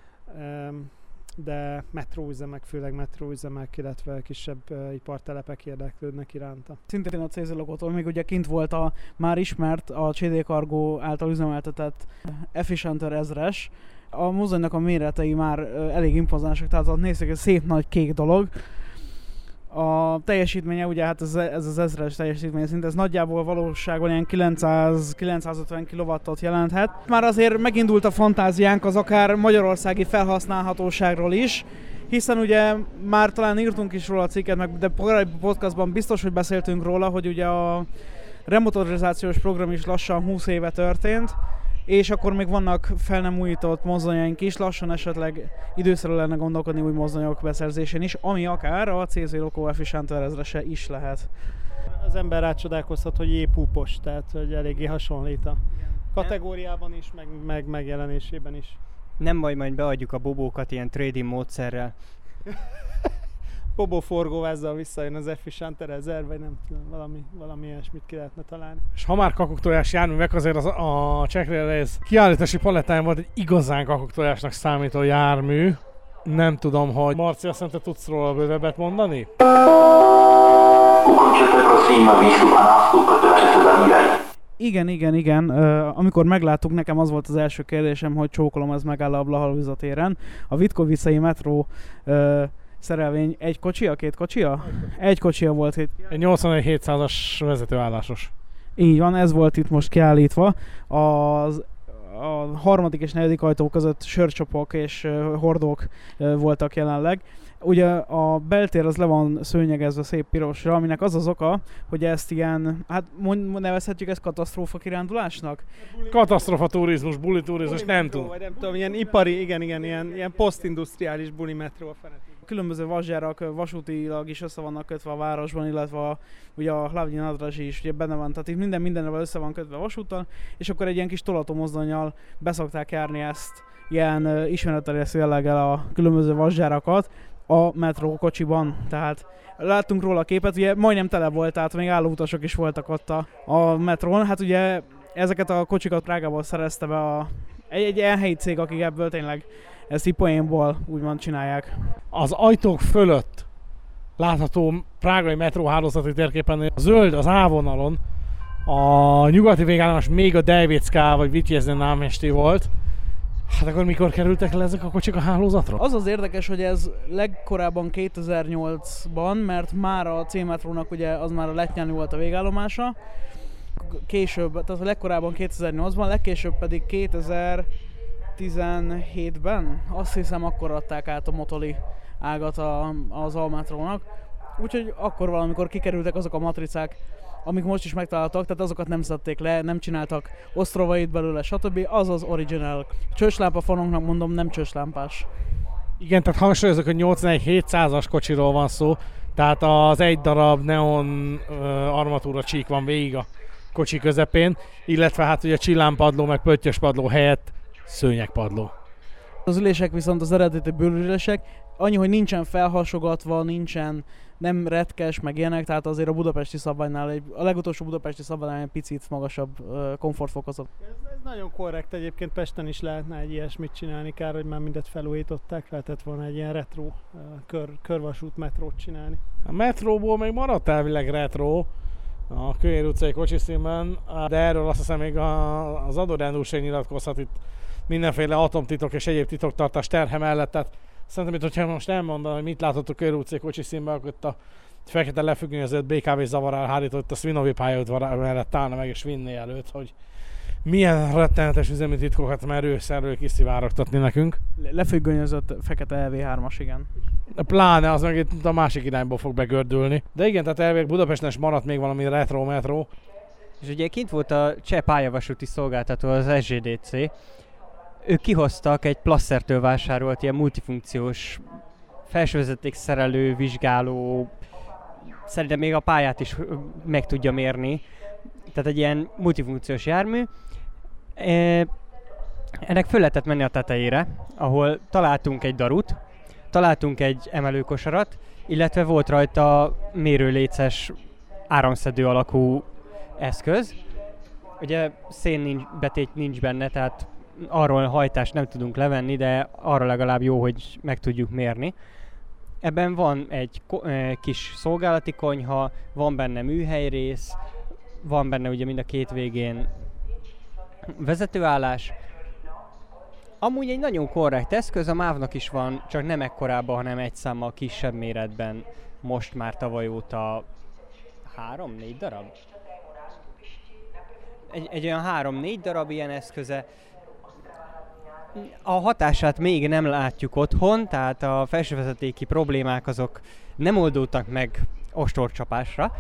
de metróüzemek, főleg metróüzemek, illetve kisebb ipartelepek érdeklődnek iránta. Szintén a Cézé Lokótól még ugye kint volt a már ismert, a cé dé Cargo által üzemeltetett Efficienter ezres. A mozdonynak a méretei már elég impozánsak, tehát ott nézzük, ez szép nagy kék dolog. A teljesítménye, ugye hát ez, ez az ezres teljesítmény szint, ez nagyjából valóságban ilyen kilencszáz-kilencszázötven kilowattot jelenthet. Már azért megindult a fantáziánk az akár magyarországi felhasználhatóságról is, hiszen ugye már talán írtunk is róla a cikket, meg, de korábbi podcastban biztos, hogy beszéltünk róla, hogy ugye a remotorizációs program is lassan húsz éve történt, és akkor még vannak fel nem újított mozdonyaink is, lassan esetleg időszerű lenne gondolkodni új mozdonyok beszerzésén is, ami akár a Cézé Lokó Efficienter ezrese is lehet. Az ember rácsodálkozhat, hogy jépúpos, tehát hogy eléggé hasonlít a kategóriában is, meg, meg megjelenésében is. Nem baj, majd beadjuk a bobókat ilyen trading módszerrel. Bobó forgóvázzal visszajön az Efficienter ezer, vagy nem tudom, valami, valami ilyesmit ki lehetne találni. És ha már kakuktojás járművek, azért az, a Czech Rail Race kiállítási palettáján volt egy igazán kakuktojásnak számító jármű. Nem tudom, hogy Marci, azt mondta, tudsz róla bővebbet mondani? Igen, igen, igen. Uh, amikor megláttuk, nekem az volt az első kérdésem, hogy csókolom, ez megáll a Blahalviza téren. A Vitkóvicai metró uh, szerelvény egy kocsia, két kocsia? Egy kocsia volt itt. Egy nyolcvanegy hétszázas vezetőállásos. Így van, ez volt itt most kiállítva. Az a harmadik és negyedik ajtó között sörcsopok és uh, hordók uh, voltak jelenleg. Ugye a beltér az le van szőnyegezve szép pirosra, aminek az az oka, hogy ezt ilyen, hát mond, nevezhetjük ezt katasztrófa kirándulásnak? Katasztrófa turizmus, buli turizmus, nem tudom. Vagy nem tudom, ilyen ipari, igen, igen, ilyen, ilyen posztindustriális buli metró a fenetében. Különböző vasgyárak vasútilag is össze vannak kötve a városban, illetve a, ugye a Hlavní nádraží is ugye benne van, tehát itt minden mindenre össze van kötve a vasúttal, és akkor egy ilyen kis tolatómozdonnyal beszokták járni ezt ilyen uh, ismeretterjesztő jelleggel a különböző vasgyárakat a metrókocsiban. Tehát láttunk róla a képet, ugye majdnem tele volt, tehát még állóutasok is voltak ott a, a metrón. Hát ugye ezeket a kocsikat Prágából szerezte be a, egy, egy ilyen helyi cég, akik ebből tényleg ezt így poénból úgymond csinálják. Az ajtók fölött látható prágai metróhálózati térképen a zöld az A-vonalon, a nyugati végállomás még a Dejvécká vagy Vityezne námestí volt. Hát akkor mikor kerültek le ezek a kocsik a hálózatra? Az az érdekes, hogy ez legkorábban kétezer-nyolcban, mert már a C-metrónak ugye az már a Letnyáni volt a végállomása. Később, tehát a legkorábban kétezer-nyolcban, legkésőbb pedig kétezer-tizenhétben, azt hiszem akkor adták át a Motoli ágat a, az Almátrónak. Úgyhogy akkor valamikor kikerültek azok a matricák, amik most is megtaláltak, tehát azokat nem szedték le, nem csináltak ostrovait belőle, stb. Az az original. Csőslámpa fanoknak mondom, nem csőslámpás. Igen, tehát hangsúlyozok, hogy nyolcvanegy hétszázas kocsiról van szó, tehát az egy darab neon uh, armatúra csík van végig a kocsi közepén, illetve hát ugye csillámpadló meg pöttyös padló helyett szőnyegpadló. Az ülések viszont az eredeti bőrülések, annyi, hogy nincsen felhasogatva, nincsen nem retkes, meg ilyenek, tehát azért a budapesti szabványnál, egy, a legutolsó budapesti szabványnál egy picit magasabb uh, komfortfokozat. Ez, ez nagyon korrekt, egyébként Pesten is lehetne egy ilyesmit csinálni, kár, hogy már mindet felújították, lehetett volna egy ilyen retro uh, kör, körvasút metrót csinálni. A metróból még maradt elvileg retro a Kőér utcai kocsiszínben, de erről azt hiszem még a, az adórendőrség nyilatkozhat itt mindenféle atomtitok és egyéb titoktartás terhe mellett, tehát szerintem, itt, hogyha most elmondanám, hogy mit látott a Kőér utcai kocsiszínben, akkor itt a fekete lefüggönyözött bé ká vé zavar elhárított a Svinovi pályaudvar mellett állna meg és vinné előtt, hogy milyen rettenetes üzemi titkokat merő szerről kiszivárogtatni nekünk. Lefüggönyözött fekete el vé hármas, igen. Pláne, az meg itt a másik irányból fog begördülni. De igen, tehát elvileg Budapesten is maradt még valami retro metró. És ugye kint volt a Cseh pályavasúti szolgáltató, az es zé dé cé. Ők kihoztak egy Plassertől vásárolt ilyen multifunkciós felsővezetékszerelő, vizsgáló, szerintem még a pályát is meg tudja mérni. Tehát egy ilyen multifunkciós jármű. Ennek föl lehetett menni a tetejére, ahol találtunk egy darut, találtunk egy emelőkosarat, illetve volt rajta mérőléces áramszedő alakú eszköz. Ugye szénbetét nincs benne, tehát arról hajtást nem tudunk levenni, de arra legalább jó, hogy meg tudjuk mérni. Ebben van egy ko- kis szolgálati konyha, van benne műhelyrész, van benne ugye mind a két végén vezetőállás. Amúgy egy nagyon korrekt eszköz, a mávnak is van, csak nem ekkorában, hanem egy számmal kisebb méretben. Most már tavaly óta három-négy darab? Egy, egy olyan három-négy darab ilyen eszköze. A hatását még nem látjuk otthon, tehát a felsővezetéki problémák azok nem oldódtak meg ostorcsapásra,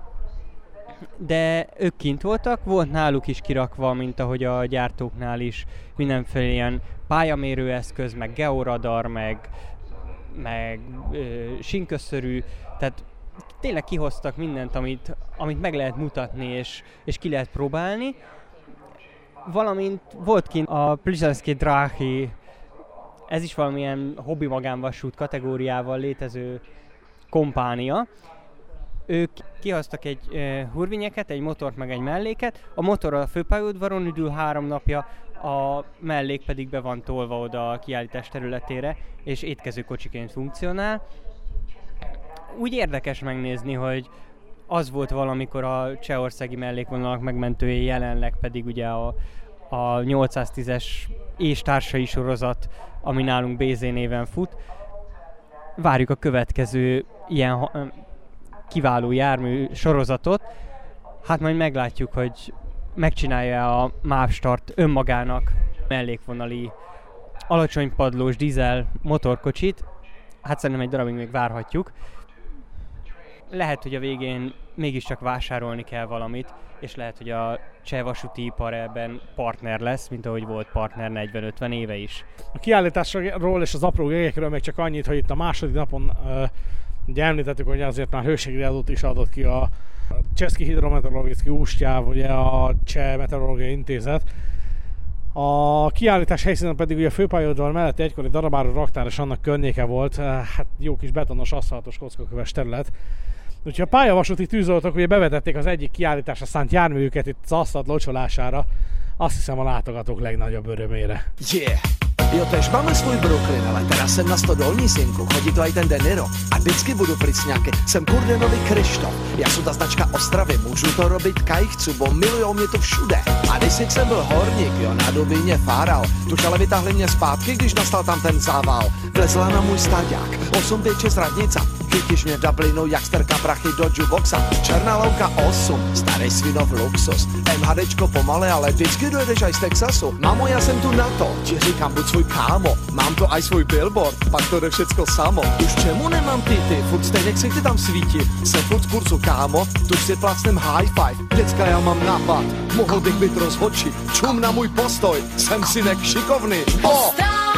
de ők kint voltak, volt náluk is kirakva, mint ahogy a gyártóknál is, mindenféle ilyen pályamérőeszköz, meg georadar, meg, meg ö, sinköszörű, tehát tényleg kihoztak mindent, amit, amit meg lehet mutatni és, és ki lehet próbálni. Valamint volt kint a Plzeňské dráhy, ez is valamilyen hobbi magánvasút kategóriával létező kompánia. Ők kihoztak egy e, hurvinyeket, egy motort meg egy melléket. A motor a főpályaudvaron üdül három napja, a mellék pedig be van tolva oda a kiállítás területére, és étkezőkocsiként funkcionál. Úgy érdekes megnézni, hogy az volt valamikor a csehországi mellékvonalak megmentője, jelenleg pedig ugye a, a nyolcszáztízes és társai sorozat, ami nálunk bé zé néven fut. Várjuk a következő ilyen kiváló jármű sorozatot. Hát majd meglátjuk, hogy megcsinálja a Mavstart önmagának mellékvonali alacsonypadlós dízel motorkocsit. Hát szerintem egy darabig még várhatjuk. Lehet, hogy a végén mégiscsak vásárolni kell valamit, és lehet, hogy a cseh vasúti ipar ebben partner lesz, mint ahogy volt partner negyven-ötven éve is. A kiállításról és az apró gegekről még csak annyit, hogy itt a második napon uh, ugye említettük, hogy azért már hőségriadót is adott ki a Český hidrometeorologický ústav, ugye a Cseh Meteorológiai Intézet. A kiállítás helyszínen pedig ugye a főpályaudvar mellett egykori darabáró raktár és annak környéke volt, hát jó kis betonos, aszfaltos, kockaköves terület. Úgyhogy a pályavasúti tűzoltók ugye bevetették az egyik kiállításra szánt járművüket itt az aszfalt locsolására, azt hiszem a látogatók legnagyobb örömére. Yeah. Jo, tež máme svůj Brooklyn, ale teda jsem na stodolní synku, chodí to aj ten Deniro a vždycky budu pricňáky, jsem Kurdenový Krištof, já jsem ta značka Ostravy, můžu to robit kaj chcu, bo milujou mě to všude. A když jsem byl horník, jo, na Dubině fáral, tuž ale vytáhli mě zpátky, když nastal tam ten zával. Vlezla na můj staďák, osm pět šest radnica, chytíš mě v Dublinu, jak strka prachy do jukeboxa. Černá louka osm, starý svinov luxus, MHDčko pomalé, ale vždycky dojedeš aj z Texasu. Mamo, já jsem tu na to, ti říkám, buď svůj kámo, mám to aj svůj billboard, pak to jde všecko samo. Už čemu nemám ty, furt stejně ksichty tam svítí, jsem furt v kurzu kámo, tuž si plácnem high five, děcka já mám nápad, mohl bych být rozhodčí, čum na můj postoj, jsem synek šikovný. Oh!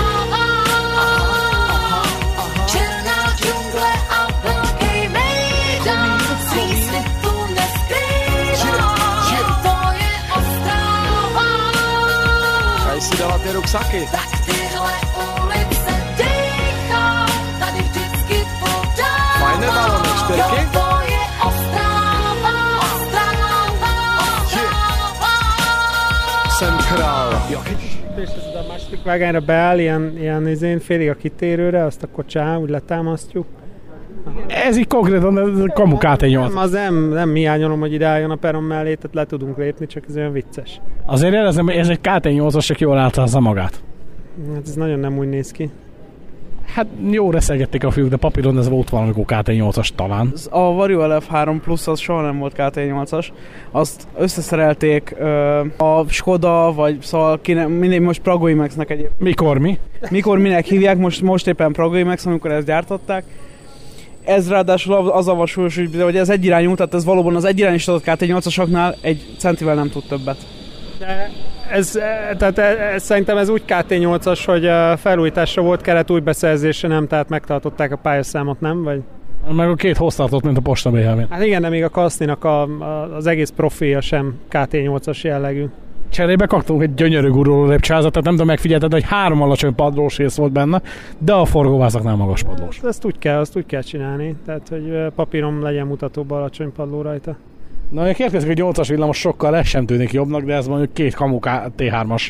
Černá džungle a velký mejdán, svísny tu neskrývá, to je Ostrava. Kaj si dala ty ruksaky? Tak tyhle ulice dýchá, tady vždycky podám. Fajné balony, čtyřky? Jo, to je Ostrava, Ostrava, Ostrava. Jsem král. Jo. És ez a második vágányra beáll, ilyen, ilyen izén, félig a kitérőre, azt akkor csá, úgy letámasztjuk. Ez így konkrétan ez kamu ká té nyolc. Nem, az nem, nem hiányolom, hogy ide álljon a peron mellé, tehát le tudunk lépni, csak ez olyan vicces. Azért jelezem, hogy ez egy ká té nyolcas, csak jól általázza magát. Hát ez nagyon nem úgy néz ki. Hát jó reszelgették a fiúk, de papíron ez volt valamikor ká té nyolcas talán. A Vario el ef három Plus az soha nem volt ká té nyolcas. Azt összeszerelték ö, a Skoda, vagy szóval kine, mindig most Prago IMAX-nek egyébként. Mikor mi? Mikor minek hívják, most, most éppen Prago IMAX, amikor ezt gyártották. Ez ráadásul az a vasúlyos, hogy ez egyirányú, tehát ez valóban az egyirányosított ká té nyolcasoknál egy centivel nem tud többet. De ez, tehát ez, szerintem ez úgy ká té nyolcas, hogy felújításra volt, kellett új beszerzésre, nem, tehát megtartották a pályaszámot, nem? Vagy? Meg a két hoztartott, mint a Posta bé há vé. Hát igen, de még a Kaszninak a, a, az egész profilja sem ká té nyolcas jellegű. Cserébe kaptunk egy gyönyörű guruló lépcsőházat, tehát nem tudom, megfigyelted, hogy három alacsony padlós rész volt benne, de a forgóvázaknál magas padlós. Ezt úgy kell, azt úgy kell csinálni, tehát hogy papíron legyen mutatóban alacsony padló rajta. Na, ha kérdezik, hogy nyolcas villamos sokkal ez sem tűnik jobbnak, de ez mondjuk két kamu té hármas.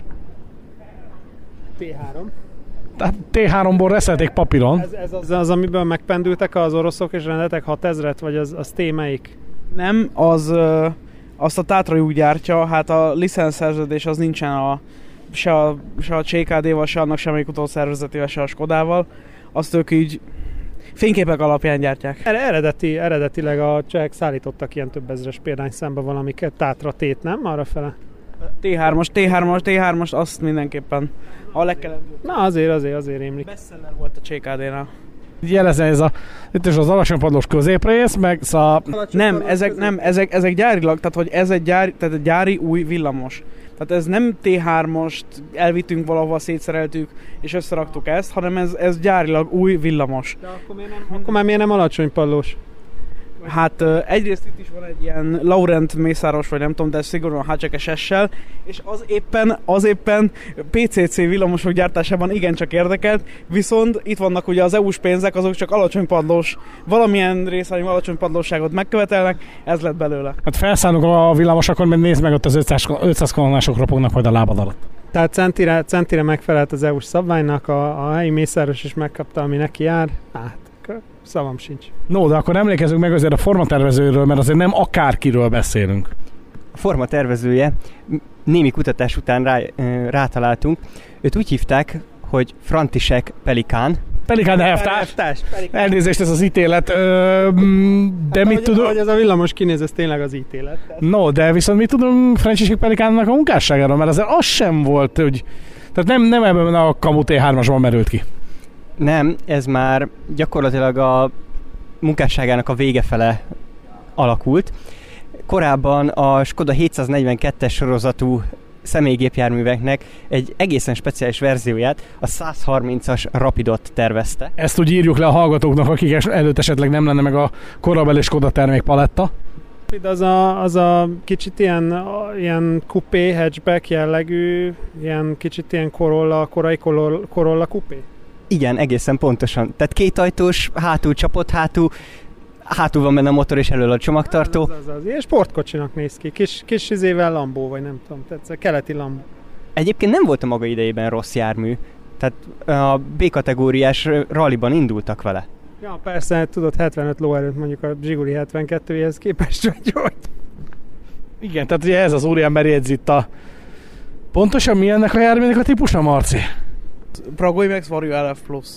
té három? Tehát té háromból reszelték papíron. Ez, ez az, az, amiből megpendültek az oroszok és rendeltek hatezret, vagy az, az té melyik? Nem, az... Ö... Azt a Tatra úgy gyártja, hát a licenszerződés az nincsen a, se a, se a cé ká dé-val, se annak semmelyik utószervezetével, se a Skodával. Azt ők így fényképek alapján gyártják. Eredeti, eredetileg a csehek szállítottak ilyen több ezres példányszámba valamiket, Tatra tét, nem? Arrafele? té hármas, té hármas, té hármas, azt mindenképpen a legkelendőbb. Na azért, azért, azért rémlik. Bestseller volt a cé ká dé-nál. Jelezze ez a, itt is az alacsony padlós középrész, meg szá... Nem, ezek, nem ezek, ezek gyárilag, tehát hogy ez egy gyári, tehát egy gyári új villamos. Tehát ez nem té hármast elvittünk valahova, szétszereltük és összeraktuk ezt, hanem ez, ez gyárilag új villamos. De akkor, miért nem, akkor már miért nem alacsony padlós? Hát egyrészt itt is van egy ilyen Laurent Mészáros, vagy nem tudom, de szigorúan hácsekes essel, és az éppen, az éppen pé cé cé villamosok gyártásában igencsak érdekelt, viszont itt vannak ugye az é u-s pénzek, azok csak alacsony padlós, valamilyen részarányú alacsony padlóságot megkövetelnek, ez lett belőle. Hát felszállunk a villamosokon, mert nézd meg, ott az ötszáz kolonnások ropognak majd a lábad alatt. Tehát centire, centire megfelelt az é u-s szabványnak, a, a helyi Mészáros is megkapta, ami neki jár. Hát, szavam sincs. No, de akkor emlékezzünk meg azért a formatervezőről, mert azért nem akárkiről beszélünk. A formatervezője, némi kutatás után rá, rátaláltunk. Őt úgy hívták, hogy František Pelikán, Pelikán elvtárs. Elnézést, ez az ítélet. Ö, de mit tudom... Hogy ez a villamos kinéz, ez tényleg az ítélet. No, de viszont mit tudom Franciszek Pelikánnak a munkásságáról, mert azért az sem volt, hogy... Tehát nem, nem ebben a Kamu té hármasban merült ki. Nem, ez már gyakorlatilag a munkásságának a vége fele alakult. Korábban a Skoda hétszáznegyvenkettes sorozatú személygépjárműveknek egy egészen speciális verzióját, a százharmincas Rapidot tervezte. Ezt úgy írjuk le a hallgatóknak, akik előtt esetleg nem lenne meg a korabeli Skoda termékpaletta. Az a, az a kicsit ilyen, ilyen kupé, hatchback jellegű, ilyen kicsit ilyen Corolla, korai Corolla kupé? Igen, egészen pontosan. Tehát kétajtós, hátul csapott hátul, hátul van benne a motor és elől a csomagtartó. Az, az, az. Ilyen sportkocsinak néz ki. Kis, kis izével Lambó, vagy nem tudom. Tehát ez keleti Lambó. Egyébként nem volt a maga idejében rossz jármű. Tehát a B-kategóriás ralliban indultak vele. Ja, persze, tudod, hetvenöt lóerőt mondjuk a Zsiguli hetvenkettőjéhez képest, vagy hogy. Igen, tehát ugye ez az úriember jegyz itt a... Pontosan mi ennek a járműnek a típusa, Marci? Prague Max Vario el ef Plus.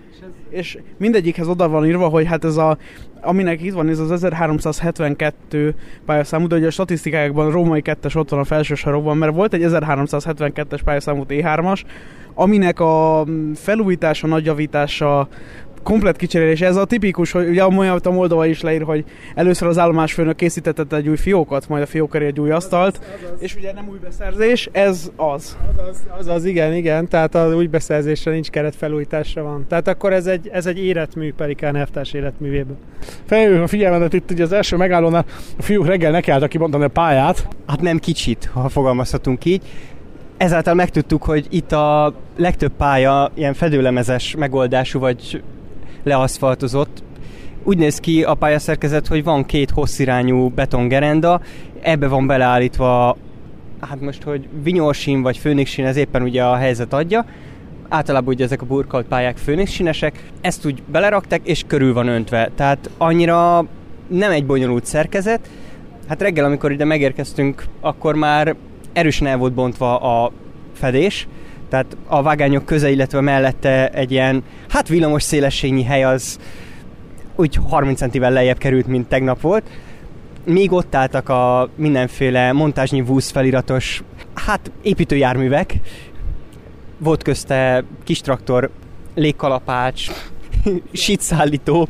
És mindegyikhez oda van írva, hogy hát ez a, aminek itt van, ez az ezerháromszázhetvenkettő pályaszámú, de ugye a statisztikákban a római kettes ott van a felső sarokban, mert volt egy ezerháromszázhetvenkettes pályaszámú té hármas, aminek a felújítása, nagyjavítása, komplet kicserélés. Ez a tipikus, hogy ugye a Moldova is leír, hogy először az állomásfőnök készítetett egy új fiókot, majd a fiók elé egy új asztalt, az, az. És ugye nem új beszerzés, ez az. Az az, az, az igen, igen, tehát az új beszerzésre nincs keret, felújításra van. Tehát akkor ez egy, ez egy életmű Pelikán elvtárs életművéből. Felhívjuk a figyelmet, itt ugye az első megállónál a fiúk reggel nekiálltak kibontani a pályát. Hát nem kicsit, ha fogalmazhatunk így. Ezáltal megtudtuk, hogy itt a legtöbb pálya ilyen fedőlemezes megoldású, vagy leaszfaltozott. Úgy néz ki a pályaszerkezet, hogy van két hosszirányú betongerenda, ebbe van beleállítva, hát most, hogy vinyósín vagy főnixsín, ez éppen ugye a helyzet adja. Általában ugye ezek a burkolt pályák főnixsínesek, ezt úgy belerakták, és körül van öntve. Tehát annyira nem egy bonyolult szerkezet. Hát reggel, amikor ide megérkeztünk, akkor már erősen el volt bontva a fedés, tehát a vágányok köze, illetve mellette egy ilyen, hát villamos szélességnyi hely az úgy harminc centivel lejjebb került, mint tegnap volt. Még ott álltak a mindenféle montázsnyi vúsz feliratos, hát építőjárművek. Volt közte kis traktor, légkalapács, sítszállító.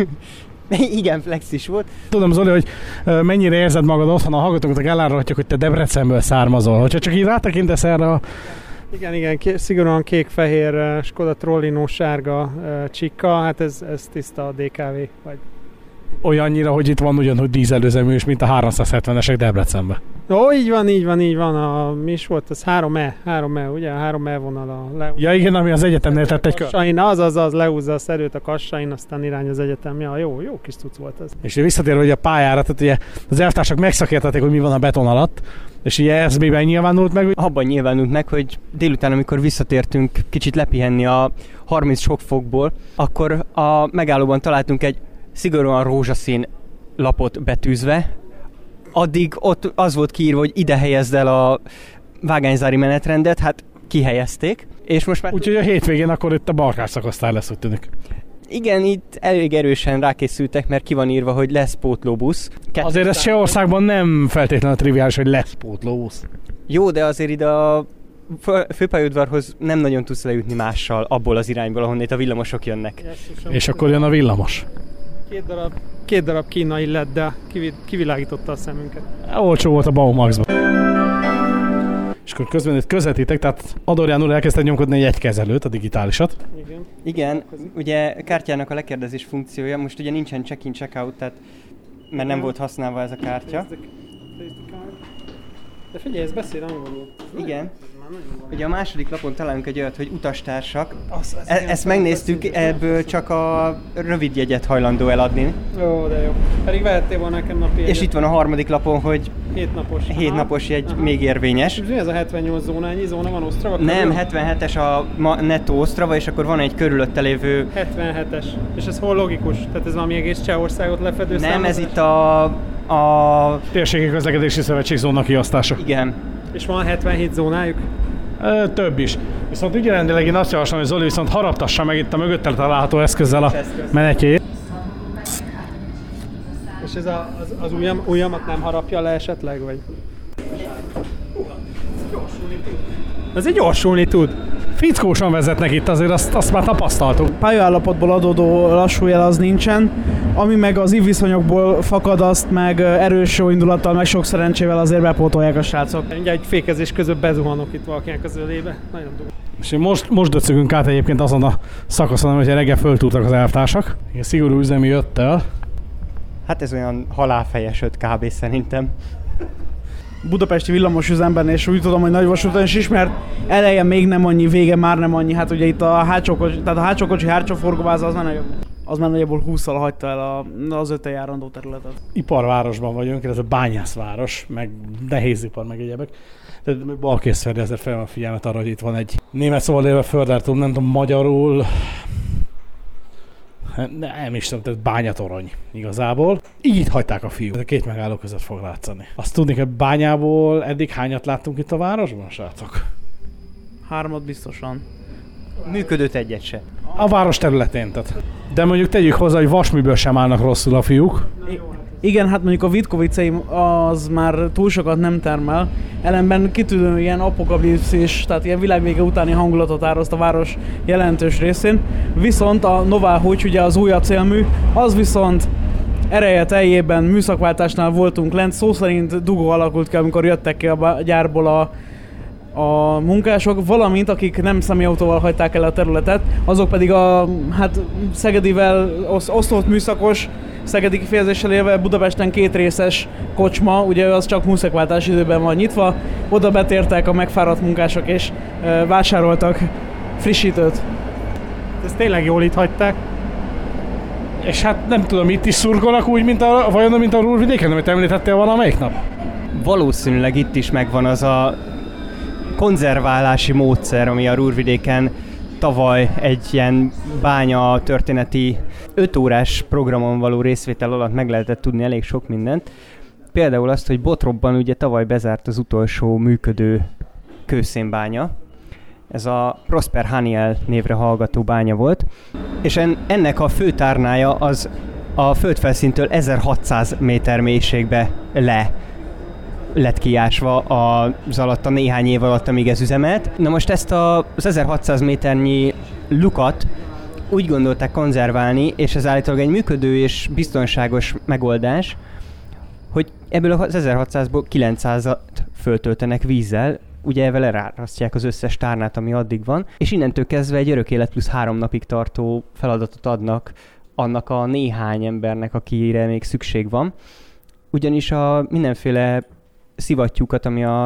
Igen, flex is volt. Tudom, Zoli, hogy mennyire érzed magad otthon, a hallgatóknak elárulhatjuk, hogy te Debrecenből származol. Hogyha csak így rátekintesz erre a... Igen, igen, ké, szigorúan kék-fehér Skoda Trollino sárga csikka, hát ez, ez tiszta dé ká vé. Vagy... Olyannyira, hogy itt van ugyanúgy dízelüzemű is, mint a háromszázhetvenesek Debrecenben. Ó, így van, így van, így van. A, mi is volt? Ez három E, három E, ugye? A három E vonal a le... Ja igen, ami az egyetemnél tett egy kör. Az, az, az, lehúzza a szerőt a kassain, aztán irány az egyetem. Ja, jó, jó kis cucc volt ez. És visszatérve ugye a pályára, tehát ugye az elvtársak megszakértették, hogy mi van a beton alatt, és ugye ez miben nyilvánult meg? Abban nyilvánult meg, hogy délután, amikor visszatértünk kicsit lepihenni a harminc sok fokból, akkor a megállóban találtunk egy szigorúan rózsaszín lapot betűzve. Addig ott az volt kiírva, hogy ide helyezd el a vágányzári menetrendet, hát kihelyezték. És most már... Úgyhogy a hétvégén akkor itt a Barkás szakosztály lesz, úgy tűnik. Igen, itt elég erősen rákészültek, mert ki van írva, hogy lesz pótlóbusz. Azért ez Csehországban nem feltétlenül triviális, hogy lesz pótlóbusz. Jó, de azért ide a főpályaudvarhoz nem nagyon tudsz leütni mással abból az irányból, ahonnét a villamosok jönnek. És akkor jön a villamos. Két darab, két darab kínai led, de kivilágította a szemünket. Olcsó volt a Baumaxban. És akkor közben itt közvetítek, tehát Adorján úr elkezdte nyomkodni egy jegykezelőt, a digitálisat. Igen. Igen, ugye kártyának a lekérdezés funkciója, most ugye nincsen check-in, check-out, tehát mert nem volt használva ez a kártya. De figyelj, ez beszél angolul. Igen. Ugye a második lapon találunk egy olyat, hogy utastársak. E- ezt megnéztük, ebből csak a rövid jegyet hajlandó eladni. Jó, de jó. Pedig vehettél volna nekem napi jegyet. És itt van a harmadik lapon, hogy hétnapos, hétnapos jegy aha. még érvényes. És mi ez a hetvennyolc zóna? Ennyi zóna van Osztrava? Nem, hetvenhetes a nettó Osztrava, és akkor van egy körülötte lévő... hetvenhetes. És ez hol logikus? Tehát ez valami egész Csehországot lefedő Nem, számozás? ez itt a... a... Térségi Közlekedési Szövetség zóna kiosztása. Igen. És van hetvenhét zónájuk? Ö, több is. Viszont ügyrendileg én azt javaslom, hogy Zoli viszont haraptassa meg itt a mögöttel található eszközzel a menetjét. És ez a, az, az ujjam, ujjamat nem harapja le esetleg, vagy? Ez egy gyorsulni tud. Fickósan vezetnek itt, azért azt, azt már tapasztaltuk. Pályaállapotból adódó lassú jel az nincsen, ami meg az ívviszonyokból fakad, azt meg erős jó indulattal, meg sok szerencsével azért bepótolják a srácok. Egy fékezés között bezuhanok itt valakinek az ölébe. Nagyon durva. És most, most döcögünk át egyébként azon a szakaszon, hogy reggel föltúrtak az elvtársak. Igen, szigorú üzemi jött el. Hát ez olyan halálfejes öt kb. Szerintem. Budapesti villamos üzemben, és úgy tudom, hogy nagyvasúton is ismert, eleje még nem annyi, vége már nem annyi. Hát ugye itt a hátsó kocsi, tehát a hátsó kocsi hátsó forgóváza az már nagyobb. Az már nagyjából hússzal hagyta el a, az öten járandó területet. Iparvárosban vagyunk, ez a bányászváros, meg nehézipar, meg egyebek. Tehát balkészferdé ezért fel van figyelmet arra, hogy itt van egy német szóval élve Fördertum, nem tudom magyarul. Nem is tudom, tehát bányatorony igazából. Így hagyták a fiúk. A két megálló között fog látszani. Azt tudni, hogy bányából eddig hányat láttunk itt a városban, srácok? Hármat biztosan. Működött egyet se. A város területén, tehát. De mondjuk tegyük hozzá, hogy vasműből sem állnak rosszul a fiúk. I- igen, hát mondjuk a Vitkoviceim az már túl sokat nem termel. Ellenben kitűnő ilyen apokalipszis, tehát ilyen világvége utáni hangulatot áraszt a város jelentős részén. Viszont a Nová Hugy, ugye az új acélmű, az viszont ereje teljében műszakváltásnál voltunk lent. Szó szerint dugó alakult ki, amikor jöttek ki a gyárból a a munkások, valamint akik nem személyautóval hagyták el a területet, azok pedig a hát Szegedivel osz, osztott műszakos, szegedi kifejezéssel élve Budapesten két részes kocsma, ugye az csak műszakváltás időben van nyitva, oda betértek a megfáradt munkások és e, vásároltak frissítőt. Ezt tényleg jól itt hagyták. És hát nem tudom, itt is szurkolnak úgy, mint a, vajon, mint a Ruhrvidéken, amit említettél valamelyik nap? Valószínűleg itt is megvan az a konzerválási módszer, ami a Ruhrvidéken tavaly egy ilyen bánya történeti öt órás programon való részvétel alatt meg lehetett tudni elég sok mindent. Például azt, hogy Botropban ugye tavaly bezárt az utolsó működő kőszénbánya. Ez a Prosper Haniel névre hallgató bánya volt. És en, ennek a főtárnája az a földfelszíntől ezerhatszáz méter mélységbe le lett kiásva az alatt a néhány év alatt, amíg ez üzemelt. Na most ezt a, az ezerhatszáz méternyi lukat úgy gondolták konzerválni, és ez állítólag egy működő és biztonságos megoldás, hogy ebből az ezerhatszázból kilencszázat föltöltenek vízzel, ugye ezzel elárasztják az összes tárnát, ami addig van, és innentől kezdve egy örök élet plusz három napig tartó feladatot adnak annak a néhány embernek, akire még szükség van. Ugyanis a mindenféle szivattyúkat, ami a,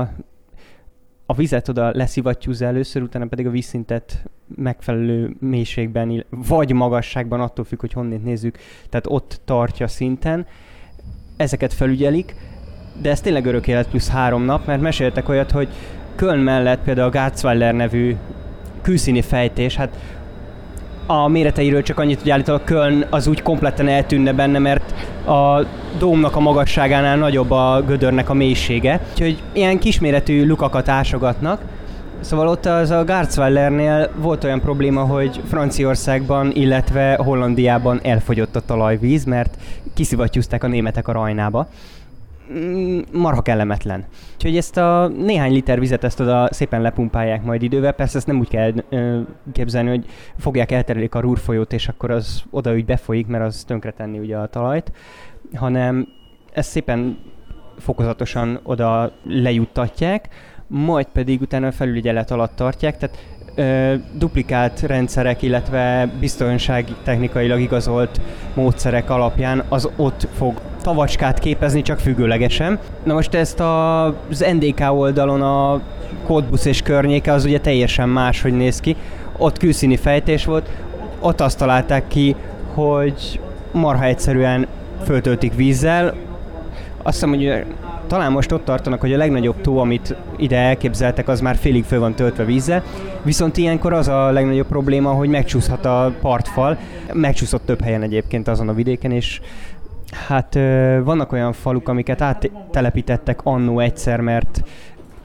a vizet oda leszivattyúzza először, utána pedig a vízszintet megfelelő mélységben, vagy magasságban, attól függ, hogy honnét nézzük, tehát ott tartja szinten. Ezeket felügyelik, de ez tényleg örök élet plusz három nap, mert meséltek olyat, hogy Köln mellett például a Garzweiler nevű külszíni fejtés, hát a méreteiről csak annyit, hogy állítólag Köln az úgy kompletten eltűnne benne, mert a dómnak a magasságánál nagyobb a gödörnek a mélysége. Úgyhogy ilyen kisméretű lukakat ásogatnak. Szóval ott az a Garzweilernél volt olyan probléma, hogy Franciaországban, illetve Hollandiában elfogyott a talajvíz, mert kiszivattyúzták a németek a Rajnába. Marha kellemetlen. Úgyhogy ezt a néhány liter vizet ezt oda szépen lepumpálják majd idővel. Persze ezt nem úgy kell ö, képzelni, hogy fogják, elterelik a Ruhr folyót, és akkor az oda úgy befolyik, mert az tönkretenni ugye a talajt, hanem ezt szépen fokozatosan oda lejuttatják, majd pedig utána felügyelet alatt tartják, tehát ö, duplikált rendszerek, illetve biztonsági technikailag igazolt módszerek alapján az ott fog tavacskát képezni, csak függőlegesen. Na most ezt a, az en dé ká oldalon a Cottbus és környéke az ugye teljesen máshogy néz ki. Ott külszíni fejtés volt, ott azt találták ki, hogy marha egyszerűen föltöltik vízzel. Azt hiszem, hogy talán most ott tartanak, hogy a legnagyobb tó, amit ide elképzeltek, az már félig föl van töltve vízzel. Viszont ilyenkor az a legnagyobb probléma, hogy megcsúszhat a partfal. Megcsúszott több helyen egyébként azon a vidéken, és hát vannak olyan faluk, amiket áttelepítettek annó egyszer, mert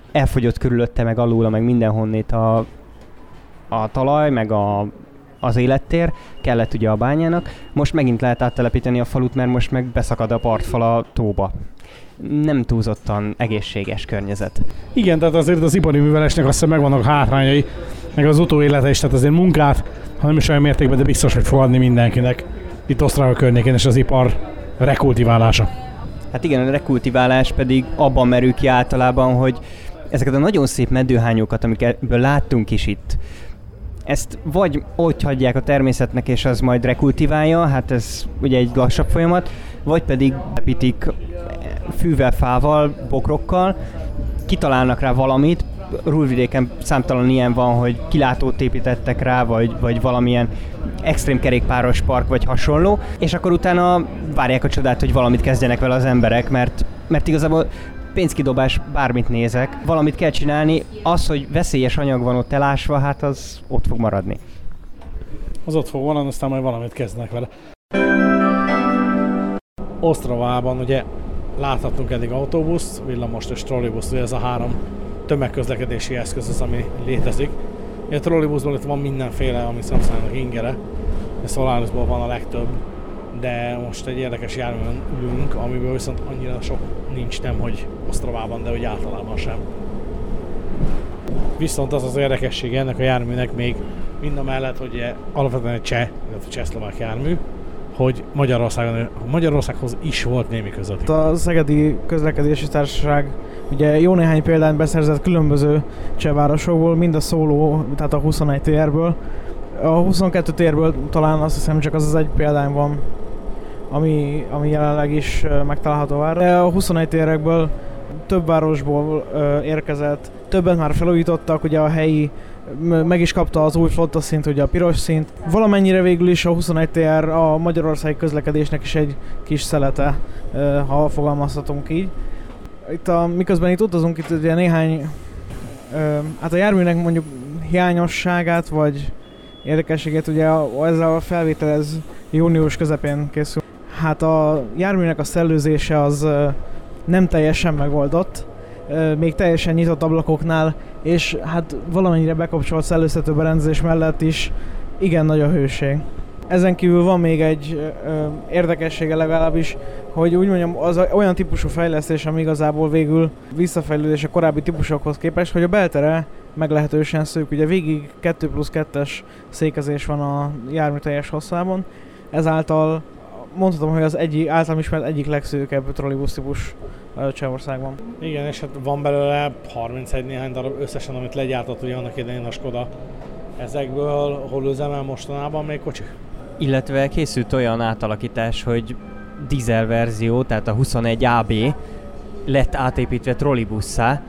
elfogyott körülötte, meg alul, meg mindenhonnét a, a talaj, meg a, az élettér, kellett ugye a bányának. Most megint lehet áttelepíteni a falut, mert most meg beszakad a partfal a tóba. Nem túlzottan egészséges környezet. Igen, tehát azért az ipari művelésnek azt hiszem megvannak a hátrányai, meg az utóélete is, tehát azért munkát, ha nem is olyan mértékben, de biztos, hogy fogadni mindenkinek itt Osztrava környékén, és az ipar rekultiválása. Hát igen, a rekultiválás pedig abban merül ki általában, hogy ezeket a nagyon szép medőhányokat, amikből láttunk is itt, ezt vagy ott hagyják a természetnek, és az majd rekultiválja, hát ez ugye egy lassabb folyamat, vagy pedig epítik fűvel, fával, bokrokkal, kitalálnak rá valamit, Rúlvidéken számtalan ilyen van, hogy kilátót építettek rá, vagy, vagy valamilyen extrém kerékpáros park, vagy hasonló, és akkor utána várják a csodát, hogy valamit kezdjenek vele az emberek, mert, mert igazából pénzkidobás, bármit nézek, valamit kell csinálni, az, hogy veszélyes anyag van ott elásva, hát az ott fog maradni. Az ott fog maradni, aztán majd valamit kezdenek vele. Ostravában ugye láthattunk eddig autóbuszt, villamost és trollibuszt, ez a három tömegközlekedési eszköz az, ami létezik. A trollibuszból itt van mindenféle, ami szemszállnak ingere, a Solarisból van a legtöbb, de most egy érdekes járművön ülünk, amiből viszont annyira sok nincs, nem hogy Ostravában, de hogy általában sem. Viszont az az érdekessége ennek a járműnek még mind a mellett, hogy alapvetően egy cseh, illetve csehszlovák jármű, hogy Magyarországon, Magyarországhoz is volt némi között. A Szegedi Közlekedési Társaság ugye jó néhány példányt beszerzett különböző cseh városokból, mind a szóló, tehát a huszonegy té erből. A huszonkettő té erből talán azt hiszem csak az az egy példány van, ami, ami jelenleg is megtalálható vár. De a huszonegy té erekből több városból érkezett, többet már felújítottak, ugye a helyi meg is kapta az új flotta szint, ugye a piros szint. Valamennyire végül is a huszonegy té er a magyarországi közlekedésnek is egy kis szelete, ha fogalmazhatunk így. Itt a, miközben itt utazunk, itt ugye néhány, hát a járműnek mondjuk hiányosságát, vagy érdekességét, ugye ezzel a felvétel ez június közepén készül. Hát a járműnek a szellőzése az nem teljesen megoldott, még teljesen nyitott ablakoknál, és hát valamennyire bekapcsolt szellőztető berendezés mellett is igen nagy a hőség. Ezen kívül van még egy ö, érdekessége legalábbis, hogy úgy mondjam, az olyan típusú fejlesztés, ami igazából végül visszafejlődés a korábbi típusokhoz képest, hogy a beltere meglehetősen szűk. Ugye végig kettő plusz kettes székezés van a jármű teljes hosszában, ezáltal mondhatom, hogy az egyik, általam ismert egyik legszűkebb trollibusz típus Csehországban. Igen, és hát van belőle harmincegy néhány darab összesen, amit legyártott ugye annak idején a Skoda. Ezekből hol üzemel mostanában még kocsi? Illetve készült olyan átalakítás, hogy dízel verzió, tehát a huszonegy á bé lett átépítve trollibusszá.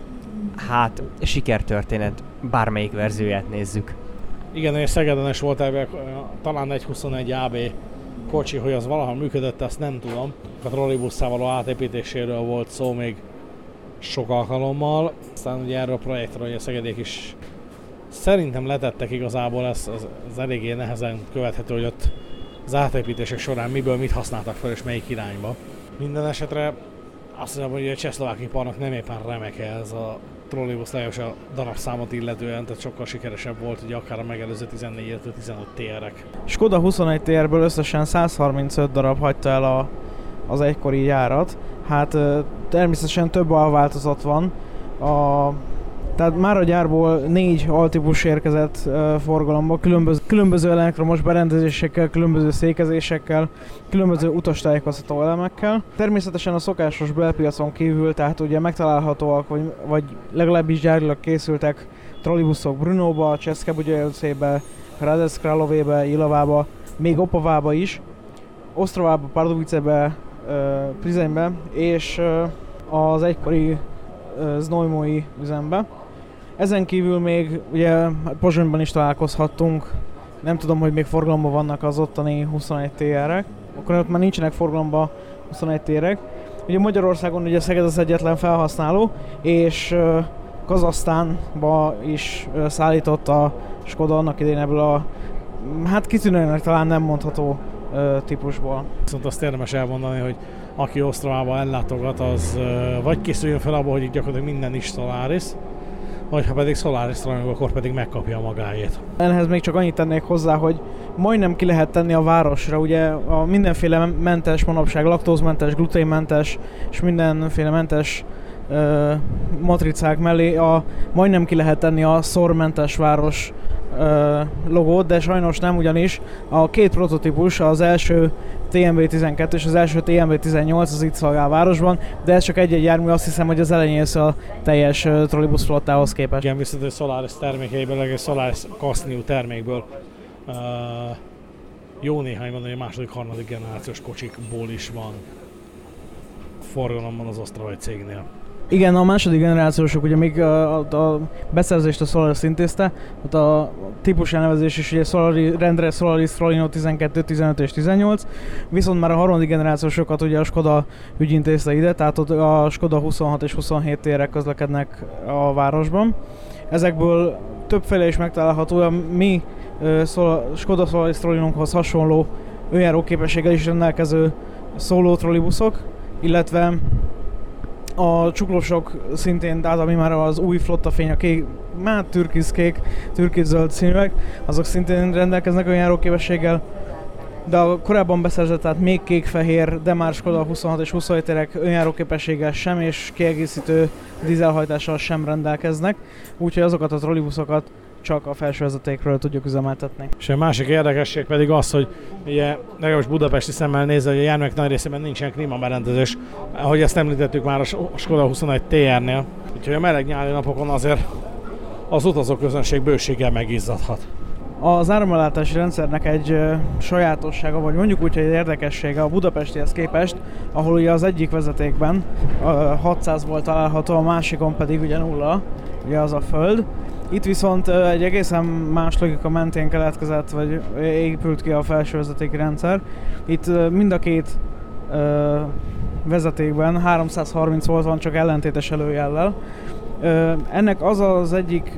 Hát sikertörténet, bármelyik verzióját nézzük. Igen, és Szegeden is volt ebben talán egy huszonegy á bé kocsi, hogy az valaha működött, azt nem tudom. A trollibusszá való átépítéséről volt szó még sok alkalommal. Aztán ugye erről a projektről, hogy a szegedék is szerintem letettek igazából, ez az, az eléggé nehezen követhető, hogy ott az átépítések során miből mit használtak fel és melyik irányba. Minden esetre azt mondom, hogy a csehszlovák iparnak nem éppen remek ez a trollibusz, legalábbis a darabszámot illetően, tehát sokkal sikeresebb volt, ugye akár a megelőző tizennégy, illetve tizenöt té erek. Skoda huszonegy té erből összesen száz harmincöt darab hagyta el a, az egykori járat. Hát természetesen több alváltozat van. A, tehát már a gyárból négy altípus érkezett uh, forgalomba, különböző, különböző elektromos berendezésekkel, különböző székezésekkel, különböző utastájékoztató elemekkel. Természetesen a szokásos belpiacon kívül, tehát ugye megtalálhatóak, vagy, vagy legalábbis gyárilag készültek trollibuszok Brnóba, České-Budějovicébe, Hradec Králové, Jilovába, még Opavába is, Ostrovába, Pardubicebe, uh, Plzeňbe és uh, az egykori uh, Znojmói üzembe. Ezen kívül még ugye Pozsonyban is találkozhattunk, nem tudom, hogy még forgalomban vannak az ottani huszonegy té erek, akkor ott már nincsenek forgalomban huszonegy té erek. Ugye Magyarországon ugye Szeged az egyetlen felhasználó, és uh, Kazahsztánba is uh, szállított a Skoda annak idején ebből a, hát kitűnőnek talán nem mondható uh, típusból. Viszont azt érdemes elmondani, hogy aki Osztravába ellátogat, az vagy készüljön fel abba, hogy itt gyakorlatilag minden is Solaris, vagy ha pedig Solaris Tronic, akkor pedig megkapja magáét. Ehhez még csak annyit tennék hozzá, hogy majdnem ki lehet tenni a városra, ugye a mindenféle mentes manapság, laktózmentes, gluténmentes és mindenféle mentes ö, matricák mellé a, majdnem ki lehet tenni a szormentes város ö, logót, de sajnos nem, ugyanis a két prototípus, az első té em bé tizenkettő és az első té em bé tizennyolc az itt szolgál városban, de ez csak egy-egy jármű, azt hiszem, hogy az elenyész a teljes uh, trollibusz flottához képest. Igen, viszont a Solaris termékeiből, egy Solaris Casniu termékből uh, jó néhány van, hogy a második, harmadik generációs kocsikból is van forgalomban az osztravai cégnél. Igen, a második generációsok ugye még a, a, a beszerzést a Solaris intézte, ott a típus elnevezés is ugye Solaris, rendre Solaris Trolino tizenkettő, tizenöt és tizennyolc, viszont már a harmadik generációsokat ugye a Skoda ügy intézte ide, tehát ott a Skoda huszonhat és huszonhét térek közlekednek a városban. Ezekből többféle is megtalálható, a mi uh, Sol- Skoda Solaris Trolinunkhoz hasonló önjáró képességgel is rendelkező szóló trollibuszok, illetve a csuklósok szintén, tehát ami már az új flottafény, a kék, már türkizkék, türkizzöld színűek, azok szintén rendelkeznek olyan járóképességgel, de a korábban beszerzett, tehát még kék-fehér, de már Skoda huszonhat és huszonhét térek önjáróképességgel sem és kiegészítő dízelhajtással sem rendelkeznek, úgyhogy azokat a trollibuszokat csak a felső vezetékről tudjuk üzemeltetni. És a másik érdekesség pedig az, hogy ugye legalábbis budapesti szemmel nézve, hogy a járművek nagy részében nincsen klímaberendezés, ahogy ezt említettük már a Skoda huszonöt té er-nél. Úgyhogy a meleg nyári napokon azért az utazóközönség bőséggel megizzadhat. Az áramellátási rendszernek egy ö, sajátossága, vagy mondjuk úgy, hogy egy érdekessége a budapestihez képest, ahol ugye az egyik vezetékben ö, hatszáz volt található, a másikon pedig ugye nulla, ugye az a föld. Itt viszont ö, egy egészen más logika mentén keletkezett, vagy épült ki a felső vezetéki rendszer. Itt ö, mind a két ö, vezetékben háromszázharminc volt van, csak ellentétes előjellel. Ö, ennek az az egyik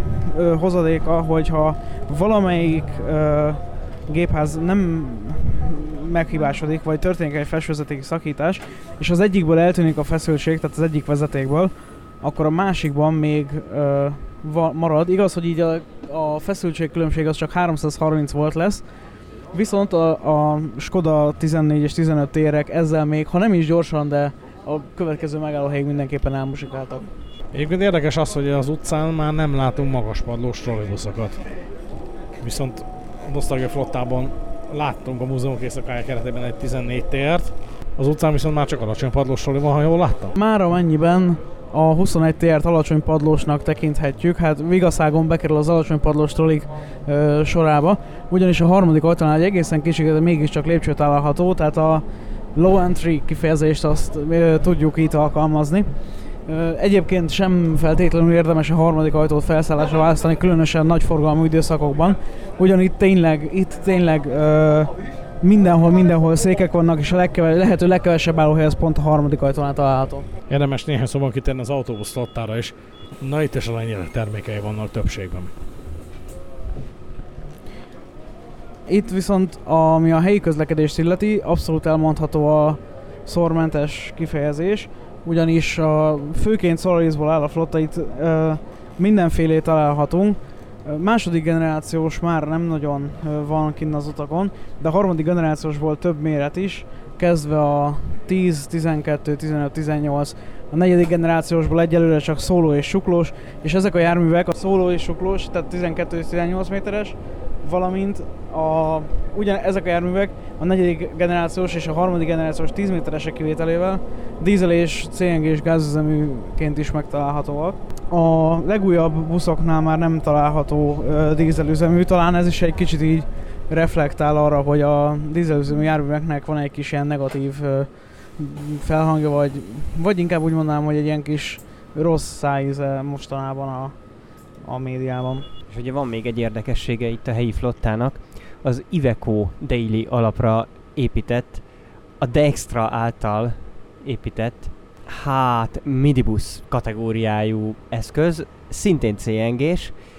ö, hozadéka, hogyha valamelyik ö, gépház nem meghibásodik, vagy történik egy felsővezetéki szakítás, és az egyikből eltűnik a feszültség, tehát az egyik vezetékből, akkor a másikban még ö, va, marad. Igaz, hogy így a, a feszültség különbség az csak háromszázharminc volt lesz, viszont a, a Skoda tizennégy és tizenöt térek ezzel még, ha nem is gyorsan, de a következő megállóhelyig mindenképpen elmusikáltak. Egyébként érdekes az, hogy az utcán már nem látunk magaspadlós trollibuszokat. Viszont a Nostalgia flottában láttunk a múzeumok éjszakája keretében egy tizennégy té ert, az utcán viszont már csak alacsony padlós trolli van, ha jól láttam. Már amennyiben a huszonegy té ert alacsony padlósnak tekinthetjük, hát Vigaszágon bekerül az alacsony padlós trollik ö, sorába, ugyanis a harmadik ajtónál egy egészen kicsit, de mégiscsak lépcső található, tehát a low entry kifejezést azt ö, tudjuk itt alkalmazni. Egyébként sem feltétlenül érdemes a harmadik ajtót felszállásra választani, különösen nagy forgalmú időszakokban, ugyan itt tényleg, itt tényleg ö, mindenhol, mindenhol székek vannak, és a legkeves, lehető legkevesebb állóhely az pont a harmadik ajtónál található. Érdemes néhány szóban kitenni az autóbusz flottára is, na itt is a lengyelek termékei vannak többségben. Itt viszont, ami a helyi közlekedést illeti, abszolút elmondható a szormentes kifejezés, ugyanis a, főként Solarisból áll a flotta, itt ö, mindenfélét találhatunk. Második generációs már nem nagyon ö, van kinn az utakon, de a harmadik generációsból több méret is, kezdve a tíz, tizenkettő, tizenöt, tizennyolc, a negyedik generációsból egyelőre csak szóló és suklós, és ezek a járművek a szóló és suklós, tehát tizenkettő és tizennyolc méteres, valamint a, ugyan ezek a járművek a negyedik generációs és a harmadik generációs tíz méteresek kivételével dízel és cé en gés gázüzeműként is megtalálhatóak. A legújabb buszoknál már nem található uh, dízelüzemű, talán ez is egy kicsit így reflektál arra, hogy a dízelüzemű járműveknek van egy kis ilyen negatív uh, felhangja, vagy, vagy inkább úgy mondanám, hogy egy ilyen kis rossz szájíze mostanában a, a médiában. És ugye van még egy érdekessége itt a helyi flottának, az Iveco Daily alapra épített, a Dextra által épített, hát midibus kategóriájú eszköz, szintén cé en gés,